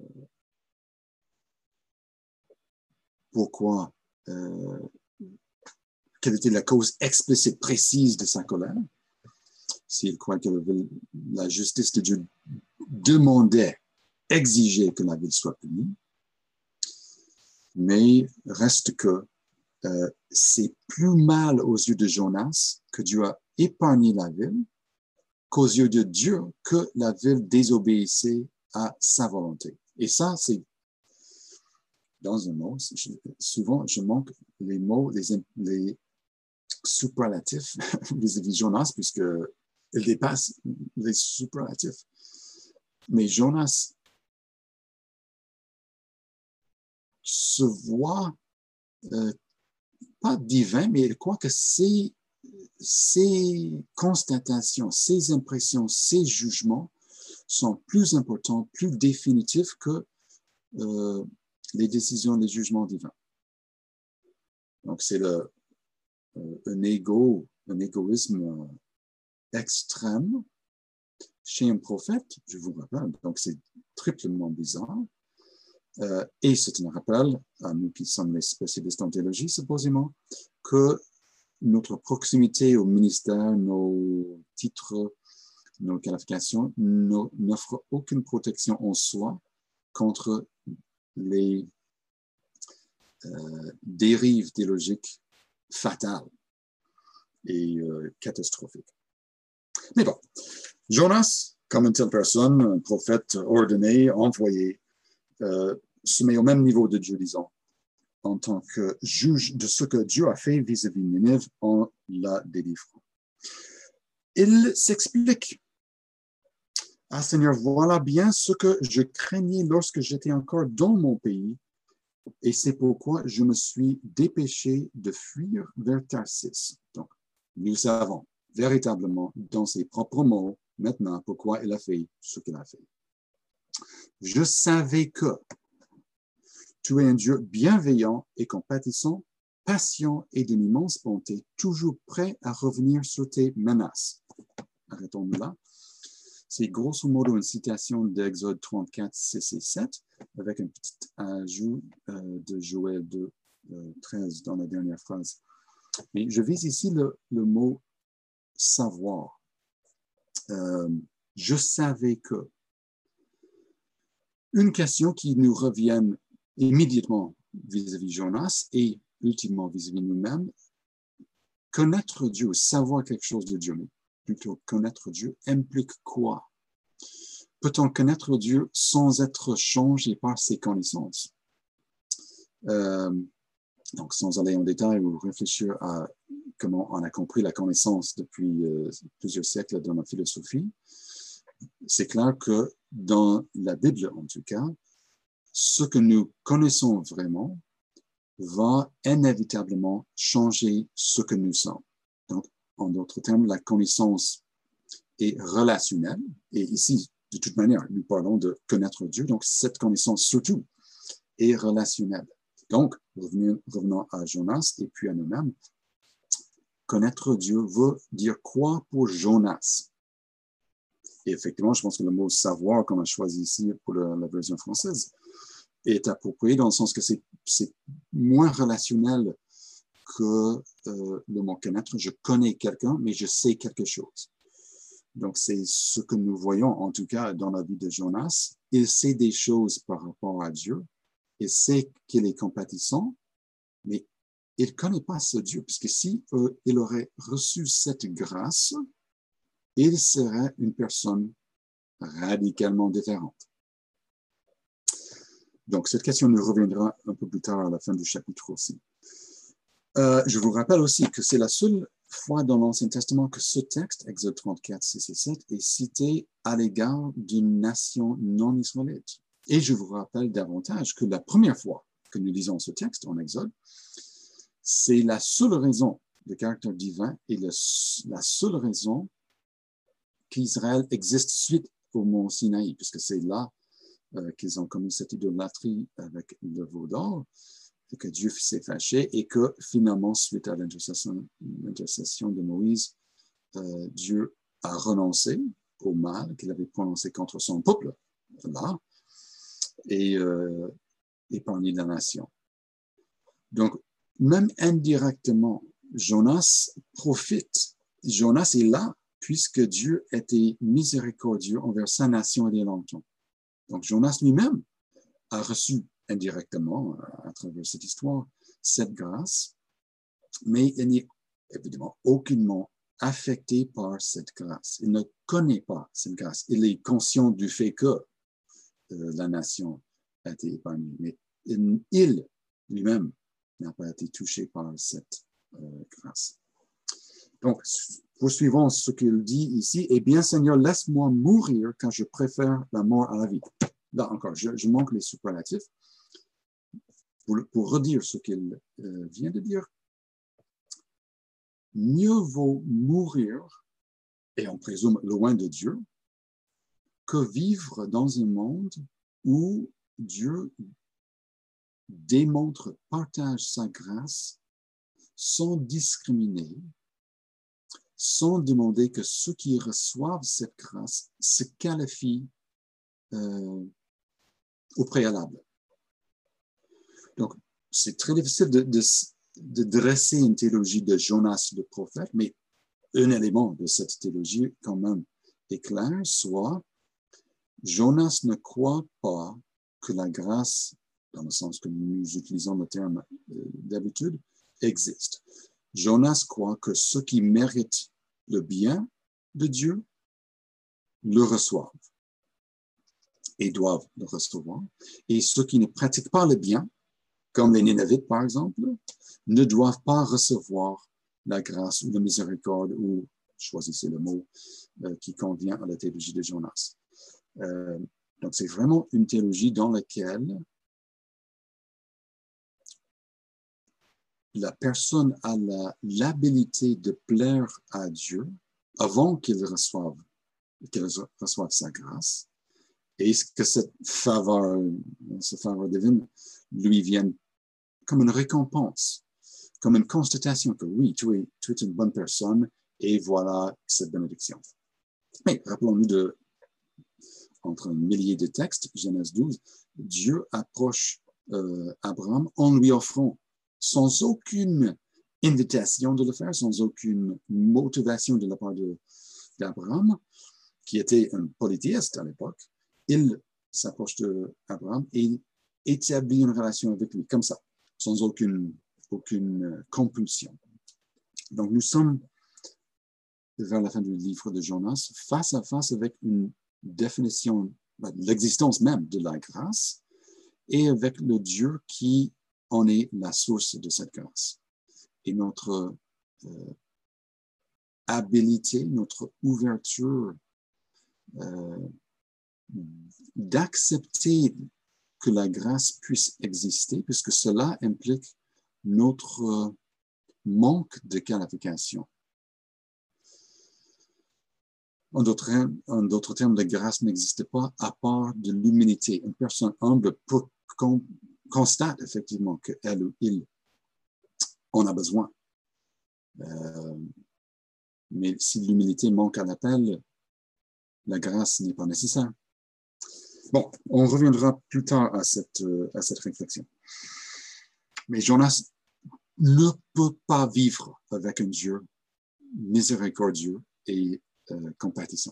pourquoi, euh, quelle était la cause explicite, précise de sa colère. S'il croit que la justice de Dieu demandait, exigeait que la ville soit punie. Mais reste que euh, c'est plus mal aux yeux de Jonas que Dieu a épargné la ville qu'aux yeux de Dieu que la ville désobéissait à sa volonté. Et ça, c'est dans un mot, je, souvent je manque les mots, les, les superlatifs vis-à-vis de Jonas, puisqu'il dépasse les superlatifs. Mais Jonas se voit euh, pas divin, mais il croit que ses, ses constatations, ses impressions, ses jugements sont plus importants, plus définitifs que euh, les décisions, les jugements divins. Donc, c'est le, euh, un égo, un égoïsme euh, extrême chez un prophète, je vous rappelle. Donc, c'est triplement bizarre. Euh, et c'est un rappel, à nous qui sommes les spécialistes en théologie, supposément, que notre proximité au ministère, nos titres, nos qualifications n'offrent aucune protection en soi contre les euh, dérives théologiques fatales et euh, catastrophiques. Mais bon, Jonas, comme une telle personne, un prophète ordonné, envoyé, euh, se met au même niveau de Dieu, disons, en tant que juge de ce que Dieu a fait vis-à-vis de Ninive en la délivrant. Il s'explique « Ah Seigneur, voilà bien ce que je craignais lorsque j'étais encore dans mon pays, et c'est pourquoi je me suis dépêché de fuir vers Tarsis. » Donc, nous savons véritablement dans ses propres mots maintenant pourquoi il a fait ce qu'il a fait. « Je savais que tu es un Dieu bienveillant et compatissant, patient et d'une immense bonté, toujours prêt à revenir sur tes menaces. » Arrêtons-nous là. C'est grosso modo une citation d'Exode trente-quatre, six et sept, avec un petit ajout euh, de Joël deux, euh, treize dans la dernière phrase. Mais je vise ici le, le mot « savoir euh, ». Je savais que. Une question qui nous revient immédiatement vis-à-vis de Jonas et ultimement vis-à-vis de nous-mêmes, connaître Dieu, savoir quelque chose de Dieu, mais plutôt connaître Dieu, implique quoi? Peut-on connaître Dieu sans être changé par ses connaissances? Euh, donc, sans aller en détail ou réfléchir à comment on a compris la connaissance depuis euh, plusieurs siècles dans la philosophie, c'est clair que dans la Bible, en tout cas, ce que nous connaissons vraiment va inévitablement changer ce que nous sommes. Donc, en d'autres termes, la connaissance est relationnelle. Et ici, de toute manière, nous parlons de connaître Dieu. Donc, cette connaissance, surtout, est relationnelle. Donc, revenons, revenons à Jonas et puis à nous-mêmes. Connaître Dieu veut dire quoi pour Jonas? Et effectivement, je pense que le mot « savoir » qu'on a choisi ici pour la, la version française est approprié dans le sens que c'est, c'est moins relationnel que euh, le mot « connaître ». Je connais quelqu'un, mais je sais quelque chose. Donc, c'est ce que nous voyons, en tout cas, dans la vie de Jonas. Il sait des choses par rapport à Dieu. Il sait qu'il est compatissant, mais il ne connaît pas ce Dieu, puisque si euh, il aurait reçu cette grâce, il serait une personne radicalement différente. Donc, cette question nous reviendra un peu plus tard à la fin du chapitre aussi. Euh, je vous rappelle aussi que c'est la seule fois dans l'Ancien Testament que ce texte, Exode trente-quatre, six et sept, est cité à l'égard d'une nation non israélite. Et je vous rappelle davantage que la première fois que nous lisons ce texte en Exode, c'est la seule raison de caractère divin et le, la seule raison qu'Israël existe suite au mont Sinaï, puisque c'est là euh, qu'ils ont commis cette idolâtrie avec le veau d'or, et que Dieu s'est fâché, et que finalement, suite à l'intercession, l'intercession de Moïse, euh, Dieu a renoncé au mal qu'il avait prononcé contre son peuple, là, et euh, épargné la nation. Donc, même indirectement, Jonas profite. Jonas est là puisque Dieu était miséricordieux envers sa nation dès longtemps. Donc, Jonas lui-même a reçu indirectement, à travers cette histoire, cette grâce, mais il n'est évidemment aucunement affecté par cette grâce. Il ne connaît pas cette grâce. Il est conscient du fait que euh, la nation a été épargnée, mais il, il lui-même n'a pas été touché par cette euh, grâce. Donc, poursuivons ce qu'il dit ici. « Eh bien, Seigneur, laisse-moi mourir quand je préfère la mort à la vie. » Là encore, je, je manque les superlatifs. Pour, pour redire ce qu'il euh, vient de dire, mieux vaut mourir, et on présume loin de Dieu, que vivre dans un monde où Dieu démontre, partage sa grâce sans discriminer, sans demander que ceux qui reçoivent cette grâce se qualifient euh, au préalable. Donc, c'est très difficile de, de, de dresser une théologie de Jonas le prophète, mais un élément de cette théologie quand même est clair, soit Jonas ne croit pas que la grâce, dans le sens que nous utilisons le terme euh, d'habitude, existe. Jonas croit que ceux qui méritent le bien de Dieu le reçoivent et doivent le recevoir, et ceux qui ne pratiquent pas le bien, comme les Nénévites par exemple, ne doivent pas recevoir la grâce ou la miséricorde, ou choisissez le mot euh, qui convient à la théologie de Jonas. Euh, donc, c'est vraiment une théologie dans laquelle la personne a la, l'habilité de plaire à Dieu avant qu'il reçoive, qu'il reçoive sa grâce, et que cette faveur, cette faveur divine lui vienne comme une récompense, comme une constatation que oui, tu es, tu es une bonne personne et voilà cette bénédiction. Mais rappelons-nous de, entre un millier de textes, Genèse douze, Dieu approche euh, Abraham en lui offrant, sans aucune invitation de le faire, sans aucune motivation de la part de, d'Abraham, qui était un polythéiste à l'époque, il s'approche d'Abraham et établit une relation avec lui, comme ça, sans aucune, aucune compulsion. Donc, nous sommes, vers la fin du livre de Jonas, face à face avec une définition, l'existence même de la grâce, et avec le Dieu qui en est la source de cette grâce. Et notre euh, habilité, notre ouverture euh, d'accepter que la grâce puisse exister, puisque cela implique notre manque de qualification. En d'autres, en d'autres termes, la grâce n'existe pas à part de l'humilité. Une personne humble peut, con, constate effectivement qu'elle ou il en a besoin. Euh, mais si l'humilité manque à l'appel, la grâce n'est pas nécessaire. Bon, on reviendra plus tard à cette, à cette réflexion. Mais Jonas ne peut pas vivre avec un Dieu miséricordieux et euh, compatissant.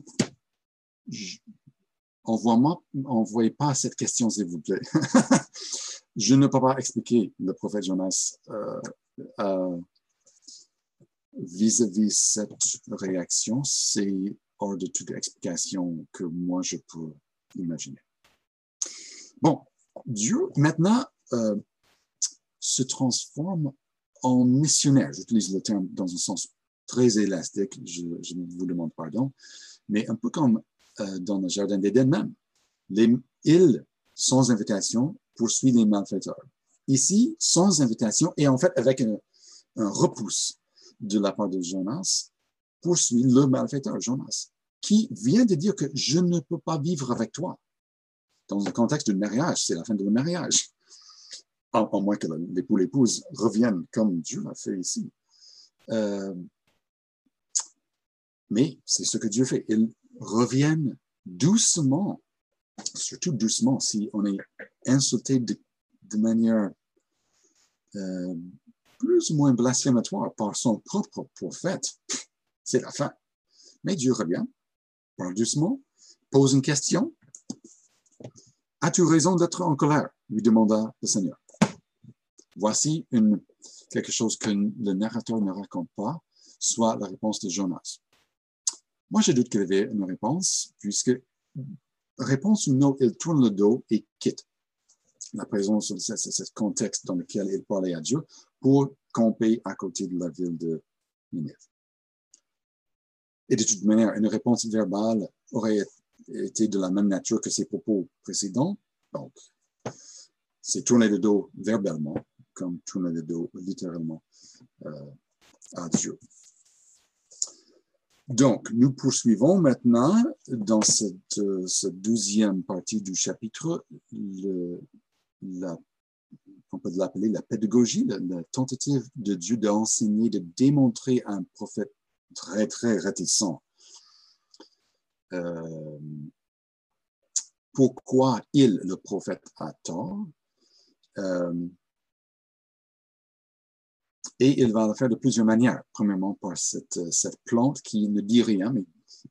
Envoie-moi, envoyez pas cette question, s'il vous plaît. Je ne peux pas expliquer le prophète Jonas euh, euh, vis-à-vis cette réaction. C'est hors de toute explication que moi je peux imaginer. Bon, Dieu maintenant euh, se transforme en missionnaire. J'utilise le terme dans un sens très élastique, je, je vous demande pardon, mais un peu comme euh, dans le jardin d'Éden même. Les, il, sans invitation, poursuit les malfaiteurs. Ici, sans invitation, et en fait avec un, un repousse de la part de Jonas, poursuit le malfaiteur, Jonas, qui vient de dire que je ne peux pas vivre avec toi. Dans le contexte du mariage, c'est la fin du mariage. À, à moins que l'époux et l'épouse reviennent comme Dieu l'a fait ici. Euh, mais c'est ce que Dieu fait. Ils reviennent doucement, surtout doucement si on est insulté de, de manière euh, plus ou moins blasphématoire par son propre prophète. C'est la fin. Mais Dieu revient, parle doucement, pose une question. As-tu raison d'être en colère? Lui demanda le Seigneur. Voici une, quelque chose que le narrateur ne raconte pas, soit la réponse de Jonas. Moi, je doute qu'il y avait une réponse, puisque réponse ou non, il tourne le dos et quitte la présence de ce, ce contexte dans lequel il parlait à Dieu pour camper à côté de la ville de Ninive. Et de toute manière, une réponse verbale aurait été de la même nature que ses propos précédents. Donc, c'est tourner le dos verbalement, comme tourner le dos littéralement euh, à Dieu. Donc, nous poursuivons maintenant dans cette, euh, cette douzième partie du chapitre, le, la, on peut l'appeler la pédagogie, la, la tentative de Dieu d'enseigner, de démontrer à un prophète très, très réticent euh, pourquoi il, le prophète, a tort. Euh, et il va le faire de plusieurs manières. Premièrement, par cette, cette plante qui ne dit rien, mais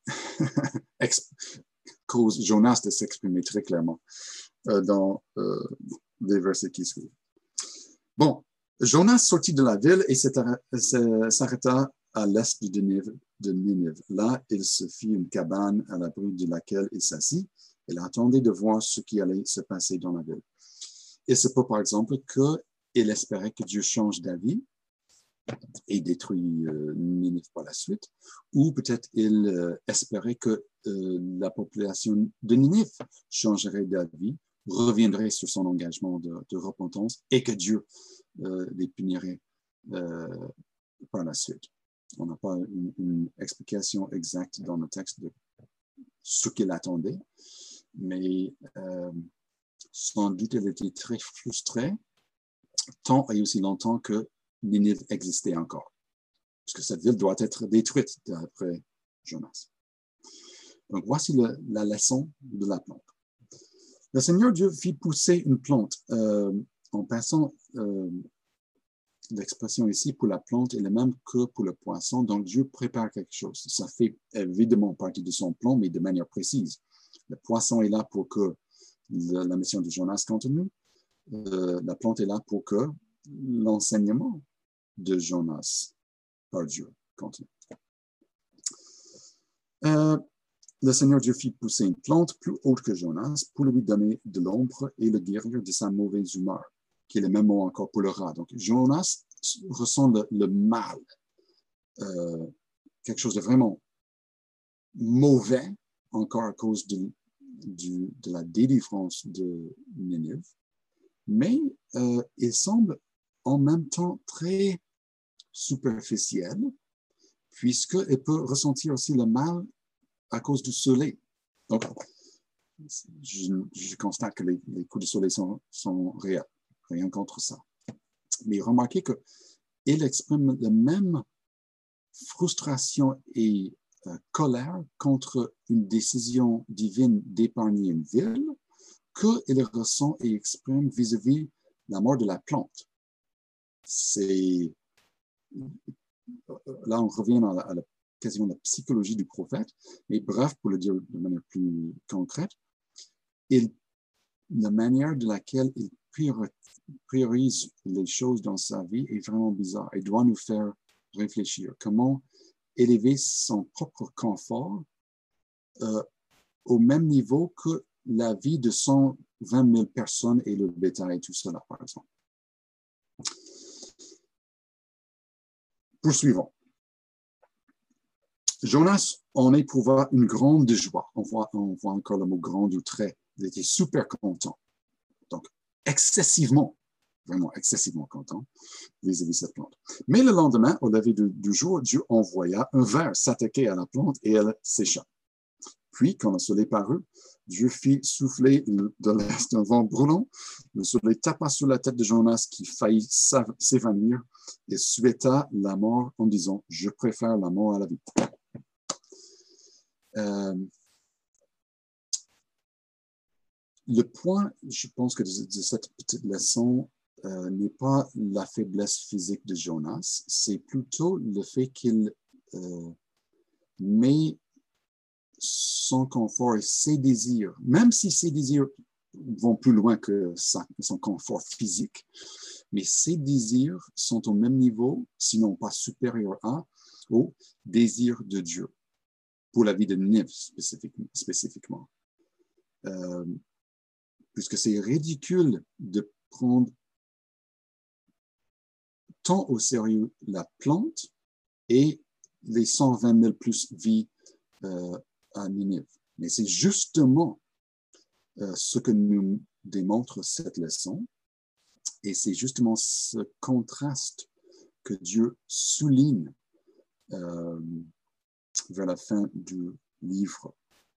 cause Jonas de s'exprimer très clairement euh, dans euh, les versets qui suivent. Bon, Jonas sortit de la ville et s'arrêta à l'est de Ninive, de Ninive. Là, il se fit une cabane à l'abri de laquelle il s'assit. Il attendait de voir ce qui allait se passer dans la ville. Il se peut, par exemple, qu'il espérait que Dieu change d'avis et détruit euh, Ninive par la suite, ou peut-être il euh, espérait que euh, la population de Ninive changerait d'avis, reviendrait sur son engagement de, de repentance et que Dieu euh, les punirait euh, par la suite. On n'a pas une, une explication exacte dans le texte de ce qu'il attendait, mais euh, sans doute il était très frustré tant et aussi longtemps que Ninive existait encore, parce que cette ville doit être détruite d'après Jonas. Donc voici le, la leçon de la plante. Le Seigneur Dieu fit pousser une plante. Euh, en passant, euh, l'expression ici pour la plante est la même que pour le poisson. Donc Dieu prépare quelque chose. Ça fait évidemment partie de son plan, mais de manière précise. Le poisson est là pour que le, la mission de Jonas continue. Euh, la plante est là pour que l'enseignement de Jonas par Dieu continue. Euh, le Seigneur Dieu fit pousser une plante plus haute que Jonas pour lui donner de l'ombre et le guérir de sa mauvaise humeur, qui est le même mot encore pour le rat. Donc Jonas ressent le, le mal, euh, quelque chose de vraiment mauvais, encore à cause de, du, de la délivrance de Ninive, mais euh, il semble en même temps très superficiel, puisqu'il peut ressentir aussi le mal à cause du soleil. Donc, je, je constate que les, les coups de soleil sont, sont réels, rien contre ça. Mais remarquez qu'il exprime la même frustration et euh, colère contre une décision divine d'épargner une ville qu'il ressent et exprime vis-à-vis la mort de la plante. C'est... Là, on revient à la, à la quasiment la psychologie du prophète, mais bref, pour le dire de manière plus concrète, il, la manière de laquelle il priorise les choses dans sa vie est vraiment bizarre et doit nous faire réfléchir. Comment élever son propre confort euh, au même niveau que la vie de cent vingt mille personnes et le bétail et tout cela, par exemple. Poursuivons. Jonas en éprouva une grande joie. On voit, on voit encore le mot grand ou très. Il était super content. Donc, excessivement, vraiment excessivement content vis-à-vis de cette plante. Mais le lendemain, au lever du, du jour, Dieu envoya un ver s'attaquer à la plante et elle sécha. Puis, quand le soleil parut, Dieu fit souffler de l'est un vent brûlant. Le soleil tapa sur la tête de Jonas qui faillit s'évanouir et souhaita la mort en disant « Je préfère la mort à la vie ». Euh, le point, je pense que de, de cette petite leçon euh, n'est pas la faiblesse physique de Jonas, c'est plutôt le fait qu'il euh, met son confort et ses désirs, même si ses désirs vont plus loin que sa, son confort physique, mais ses désirs sont au même niveau, sinon pas supérieurs à, au désir de Dieu, pour la vie de Ninive spécifiquement. spécifiquement. Euh, puisque c'est ridicule de prendre tant au sérieux la plante et les cent vingt mille plus vies euh, à Ninive. Mais c'est justement euh, ce que nous démontre cette leçon, et c'est justement ce contraste que Dieu souligne euh, vers la fin du livre.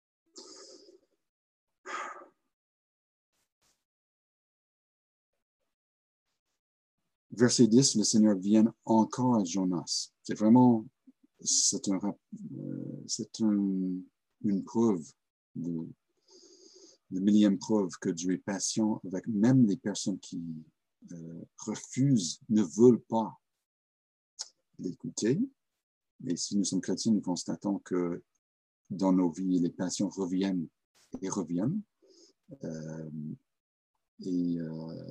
Verset dix, le Seigneur vient encore à Jonas. C'est vraiment, c'est un, euh, c'est un, une preuve, de, de millième preuve que Dieu est patient avec même les personnes qui euh, refusent, ne veulent pas l'écouter. Et si nous sommes chrétiens, nous constatons que dans nos vies, les passions reviennent et reviennent. Euh, et euh,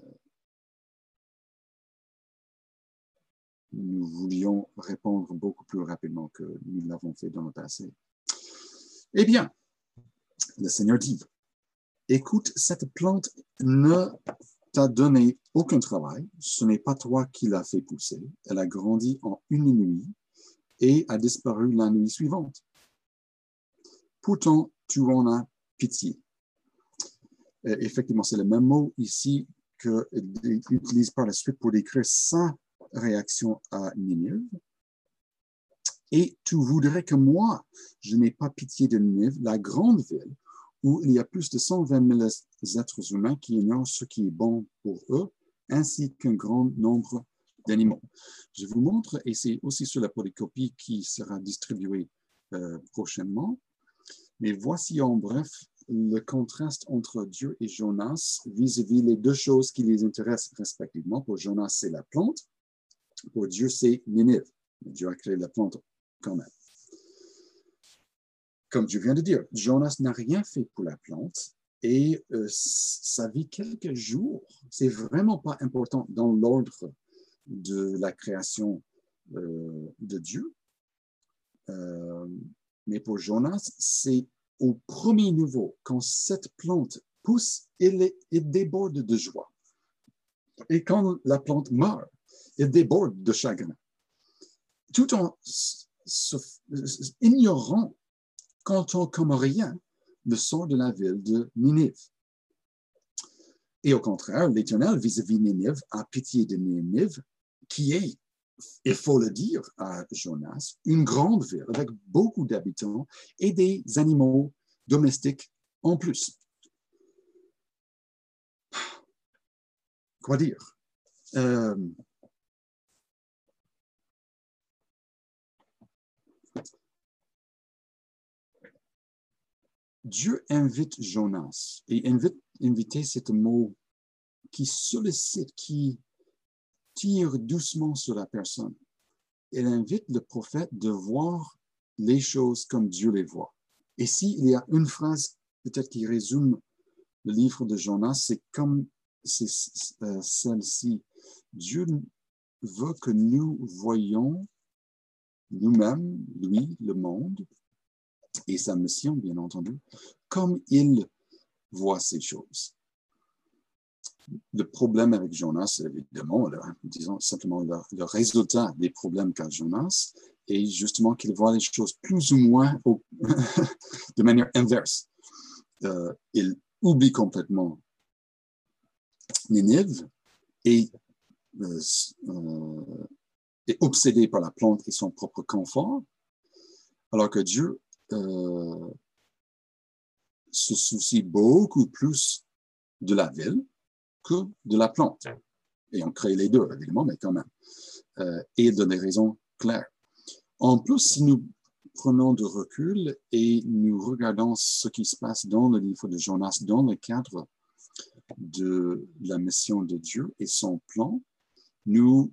nous voulions répondre beaucoup plus rapidement que nous l'avons fait dans le passé. Eh bien, le Seigneur dit, écoute, cette plante ne t'a donné aucun travail, ce n'est pas toi qui l'as fait pousser, elle a grandi en une nuit et a disparu la nuit suivante. Pourtant, tu en as pitié. Euh, effectivement, c'est le même mot ici qu'il utilise par la suite pour décrire sa réaction à Ninive. Et tu voudrais que moi, je n'ai pas pitié de Ninive, la grande ville, où il y a plus de cent vingt mille êtres humains qui ignorent ce qui est bon pour eux, ainsi qu'un grand nombre d'animaux. Je vous montre, et c'est aussi sur la polycopie qui sera distribuée euh, prochainement, mais voici en bref le contraste entre Dieu et Jonas vis-à-vis les deux choses qui les intéressent respectivement. Pour Jonas, c'est la plante. Pour Dieu, c'est Ninive. Dieu a créé la plante quand même. Comme je viens de dire, Jonas n'a rien fait pour la plante et euh, ça vit quelques jours. C'est vraiment pas important dans l'ordre de la création euh, de Dieu. Euh, mais pour Jonas, c'est au premier niveau, quand cette plante pousse, il, est, il déborde de joie. Et quand la plante meurt, il déborde de chagrin. Tout en se, ignorant, comptant comme rien, le sort de la ville de Ninive. Et au contraire, l'Éternel, vis-à-vis Ninive, a pitié de Ninive, qui est, il faut le dire à Jonas, une grande ville avec beaucoup d'habitants et des animaux domestiques en plus. Quoi dire? Euh, Dieu invite Jonas, et invite, inviter, c'est un mot qui sollicite, qui tire doucement sur la personne. Il invite le prophète de voir les choses comme Dieu les voit. Et s'il y a une phrase peut-être qui résume le livre de Jonas, c'est comme c'est euh, celle-ci. Dieu veut que nous voyions nous-mêmes, lui, le monde, et sa mission, bien entendu, comme il voit ces choses. Le problème avec Jonas, évidemment, le, disons simplement le, le résultat des problèmes qu'a Jonas, est justement qu'il voit les choses plus ou moins au, de manière inverse. Euh, il oublie complètement Ninive et euh, euh, est obsédé par la plante et son propre confort, alors que Dieu euh, se soucie beaucoup plus de la ville que de la plante. Et on crée les deux, évidemment, mais quand même. Euh, et de des raisons claires. En plus, si nous prenons de recul et nous regardons ce qui se passe dans le livre de Jonas, dans le cadre de la mission de Dieu et son plan, nous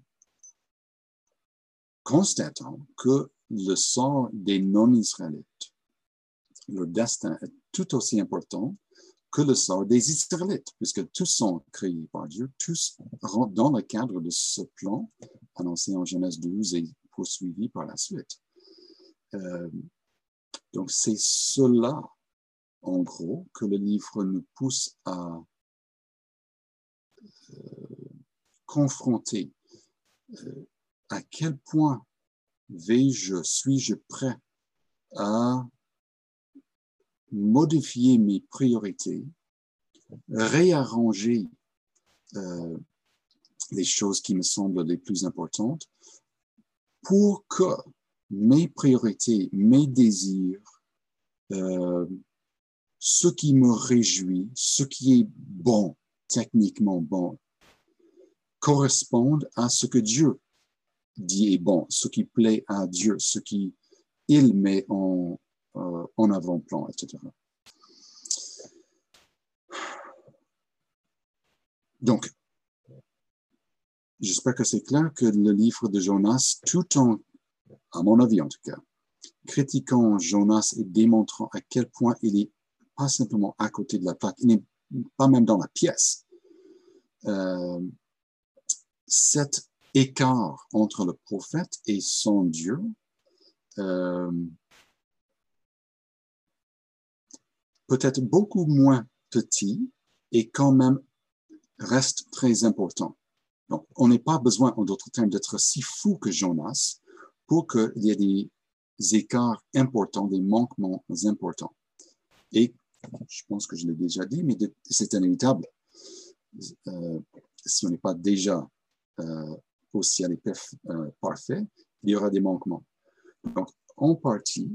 constatons que le sort des non-Israélites, leur destin est tout aussi important que le sort des Israélites, puisque tous sont créés par Dieu, tous rentrent dans le cadre de ce plan annoncé en Genèse douze et poursuivi par la suite. Euh, donc, c'est cela, en gros, que le livre nous pousse à euh, confronter. Euh, à quel point vais-je, suis-je prêt à modifier mes priorités, réarranger euh, les choses qui me semblent les plus importantes pour que mes priorités, mes désirs, euh, ce qui me réjouit, ce qui est bon, techniquement bon, correspondent à ce que Dieu dit est bon, ce qui plaît à Dieu, ce qui il met en, euh, en avant-plan, et cetera. Donc, j'espère que c'est clair que le livre de Jonas, tout en, à mon avis en tout cas, critiquant Jonas et démontrant à quel point il est pas simplement à côté de la plaque, il n'est pas même dans la pièce. Euh, cet écart entre le prophète et son Dieu euh, peut être beaucoup moins petit et quand même reste très important. Donc, on n'a pas besoin, en d'autres termes, d'être si fou que Jonas pour qu'il y ait des écarts importants, des manquements importants. Et je pense que je l'ai déjà dit, mais c'est inévitable. Euh, si on n'est pas déjà euh, au ciel euh, parfait, il y aura des manquements. Donc, en partie,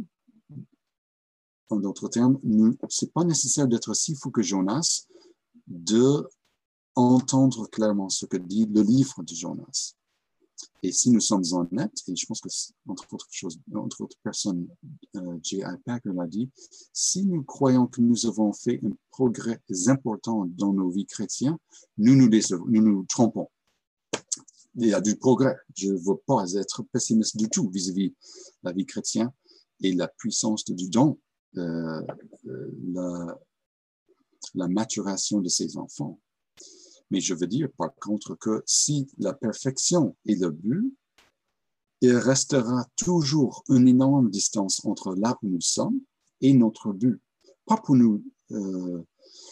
en d'autres termes, ce n'est pas nécessaire d'être si fou que Jonas de entendre clairement ce que dit le livre de Jonas. Et si nous sommes honnêtes, et je pense que, entre autres choses, entre autres personnes, euh, J I Packer l'a dit, si nous croyons que nous avons fait un progrès important dans nos vies chrétiennes, nous nous décevons, nous nous trompons. Il y a du progrès. Je ne veux pas être pessimiste du tout vis-à-vis de la vie chrétienne et la puissance du don, euh, la, la maturation de ses enfants. Mais je veux dire, par contre, que si la perfection est le but, il restera toujours une énorme distance entre là où nous sommes et notre but. Pas pour nous euh,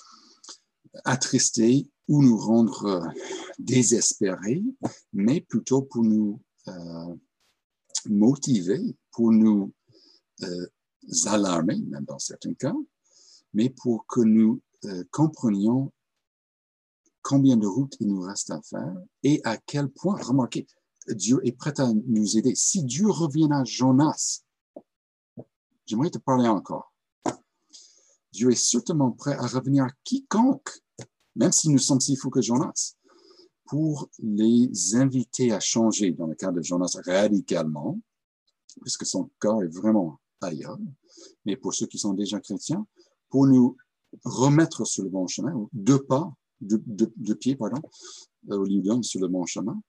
attrister ou nous rendre euh, désespérés, mais plutôt pour nous euh, motiver, pour nous euh, alarmer, même dans certains cas, mais pour que nous euh, comprenions combien de routes il nous reste à faire et à quel point, remarquez, Dieu est prêt à nous aider. Si Dieu revient à Jonas, j'aimerais te parler encore. Dieu est certainement prêt à revenir à quiconque, même si nous sommes si fous que Jonas, pour les inviter à changer, dans le cas de Jonas, radicalement, puisque son corps est vraiment ailleurs, mais pour ceux qui sont déjà chrétiens, pour nous remettre sur le bon chemin, deux pas, deux, deux, deux pieds, pardon, au lieu d'un sur le bon chemin.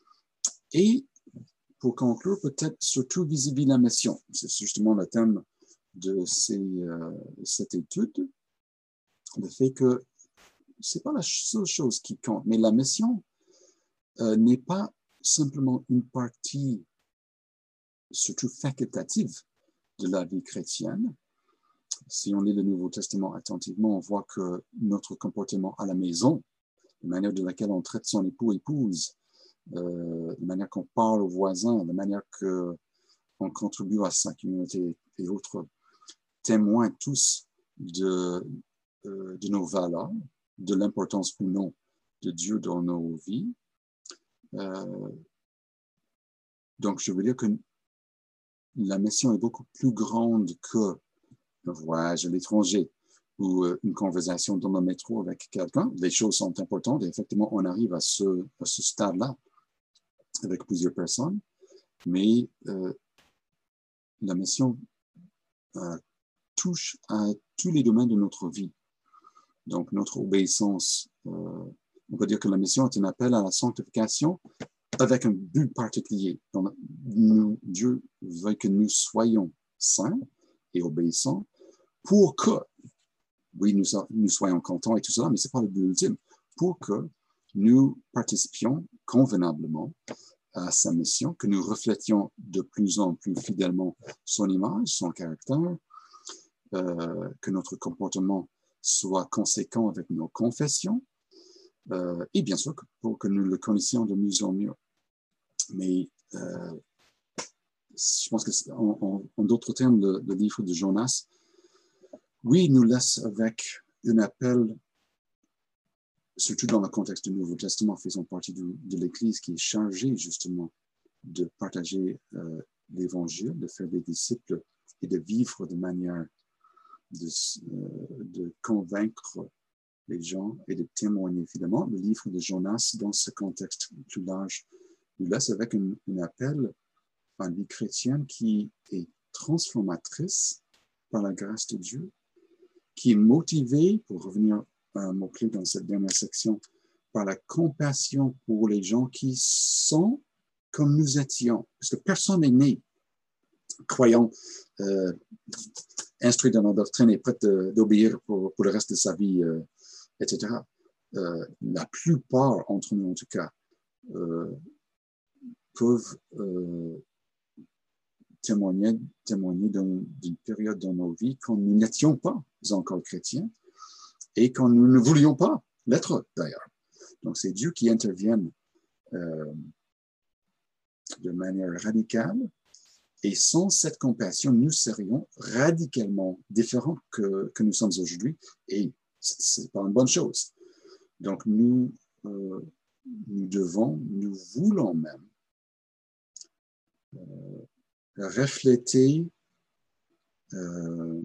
Et pour conclure, peut-être surtout vis-à-vis de la mission, c'est justement le thème de ces, euh, cette étude, le fait que c'est pas la seule chose qui compte, mais la mission euh, n'est pas simplement une partie surtout facultative de la vie chrétienne. Si on lit le Nouveau Testament attentivement, on voit que notre comportement à la maison, la manière de laquelle on traite son époux, épouse, euh, la manière qu'on parle aux voisins, la manière qu'on contribue à sa communauté et autres, témoignent tous de, euh, de nos valeurs, de l'importance ou non de Dieu dans nos vies. Euh, donc, je veux dire que la mission est beaucoup plus grande que un voyage à l'étranger ou une conversation dans le métro avec quelqu'un. Les choses sont importantes et effectivement, on arrive à ce, à ce stade-là avec plusieurs personnes, mais euh, la mission euh, touche à tous les domaines de notre vie. Donc, notre obéissance, euh, on peut dire que la mission est un appel à la sanctification avec un but particulier. Donc, nous, Dieu veut que nous soyons saints et obéissants pour que, oui, nous, nous soyons contents et tout cela, mais ce n'est pas le but ultime, pour que nous participions convenablement à sa mission, que nous reflétions de plus en plus fidèlement son image, son caractère, euh, que notre comportement soit conséquent avec nos confessions, euh, et bien sûr pour que nous le connaissions de mieux en mieux. Mais euh, je pense que, en, en, en d'autres termes, le, le livre de Jonas, oui, il nous laisse avec un appel, surtout dans le contexte du Nouveau Testament, faisant partie du, de l'Église qui est chargée justement de partager euh, l'Évangile, de faire des disciples et de vivre de manière de, euh, de convaincre les gens et de témoigner fidèlement. Le livre de Jonas, dans ce contexte plus large, nous laisse avec un, un appel à une vie chrétienne qui est transformatrice par la grâce de Dieu, qui est motivée, pour revenir à un mot-clé dans cette dernière section, par la compassion pour les gens qui sont comme nous étions. Parce que personne n'est né croyant, euh, instruit dans la doctrine et prêt d'obéir pour, pour le reste de sa vie, euh, et cetera. Euh, la plupart d'entre nous, en tout cas, euh, peuvent euh, témoigner, témoigner d'une période dans nos vies quand nous n'étions pas encore chrétiens et quand nous ne voulions pas l'être d'ailleurs. Donc, c'est Dieu qui intervient euh, de manière radicale. Et sans cette compassion, nous serions radicalement différents que, que nous sommes aujourd'hui. Et ce n'est pas une bonne chose. Donc, nous, euh, nous devons, nous voulons même euh, refléter euh,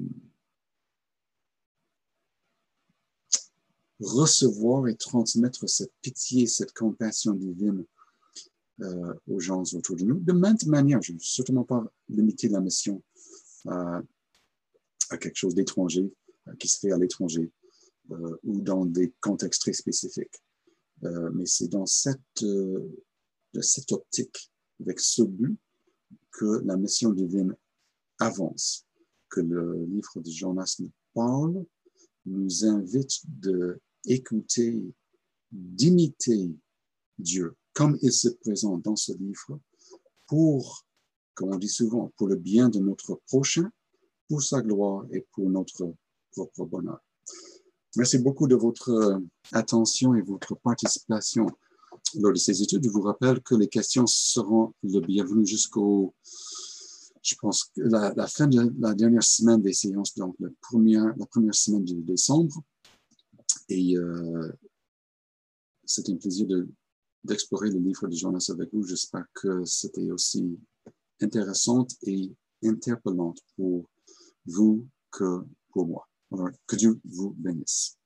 recevoir et transmettre cette pitié, cette compassion divine euh, aux gens autour de nous. De maintes manières, je ne veux certainement pas limiter la mission à, à quelque chose d'étranger, qui se fait à l'étranger, euh, ou dans des contextes très spécifiques. Euh, mais c'est dans cette, euh, de cette optique, avec ce but, que la mission divine avance, que le livre de Jonas nous parle, nous invite d'écouter, d'imiter Dieu, comme il se présente dans ce livre, pour, comme on dit souvent, pour le bien de notre prochain, pour sa gloire et pour notre propre bonheur. Merci beaucoup de votre attention et votre participation lors de ces études. Je vous rappelle que les questions seront le bienvenu jusqu'au, je pense, la, la fin de la dernière semaine des séances, donc la première, la première semaine de décembre. Et euh, c'était un plaisir de, d'explorer le livre de Jonas avec vous. J'espère que c'était aussi intéressant et interpellant pour vous que pour moi. Alors, que Dieu vous bénisse.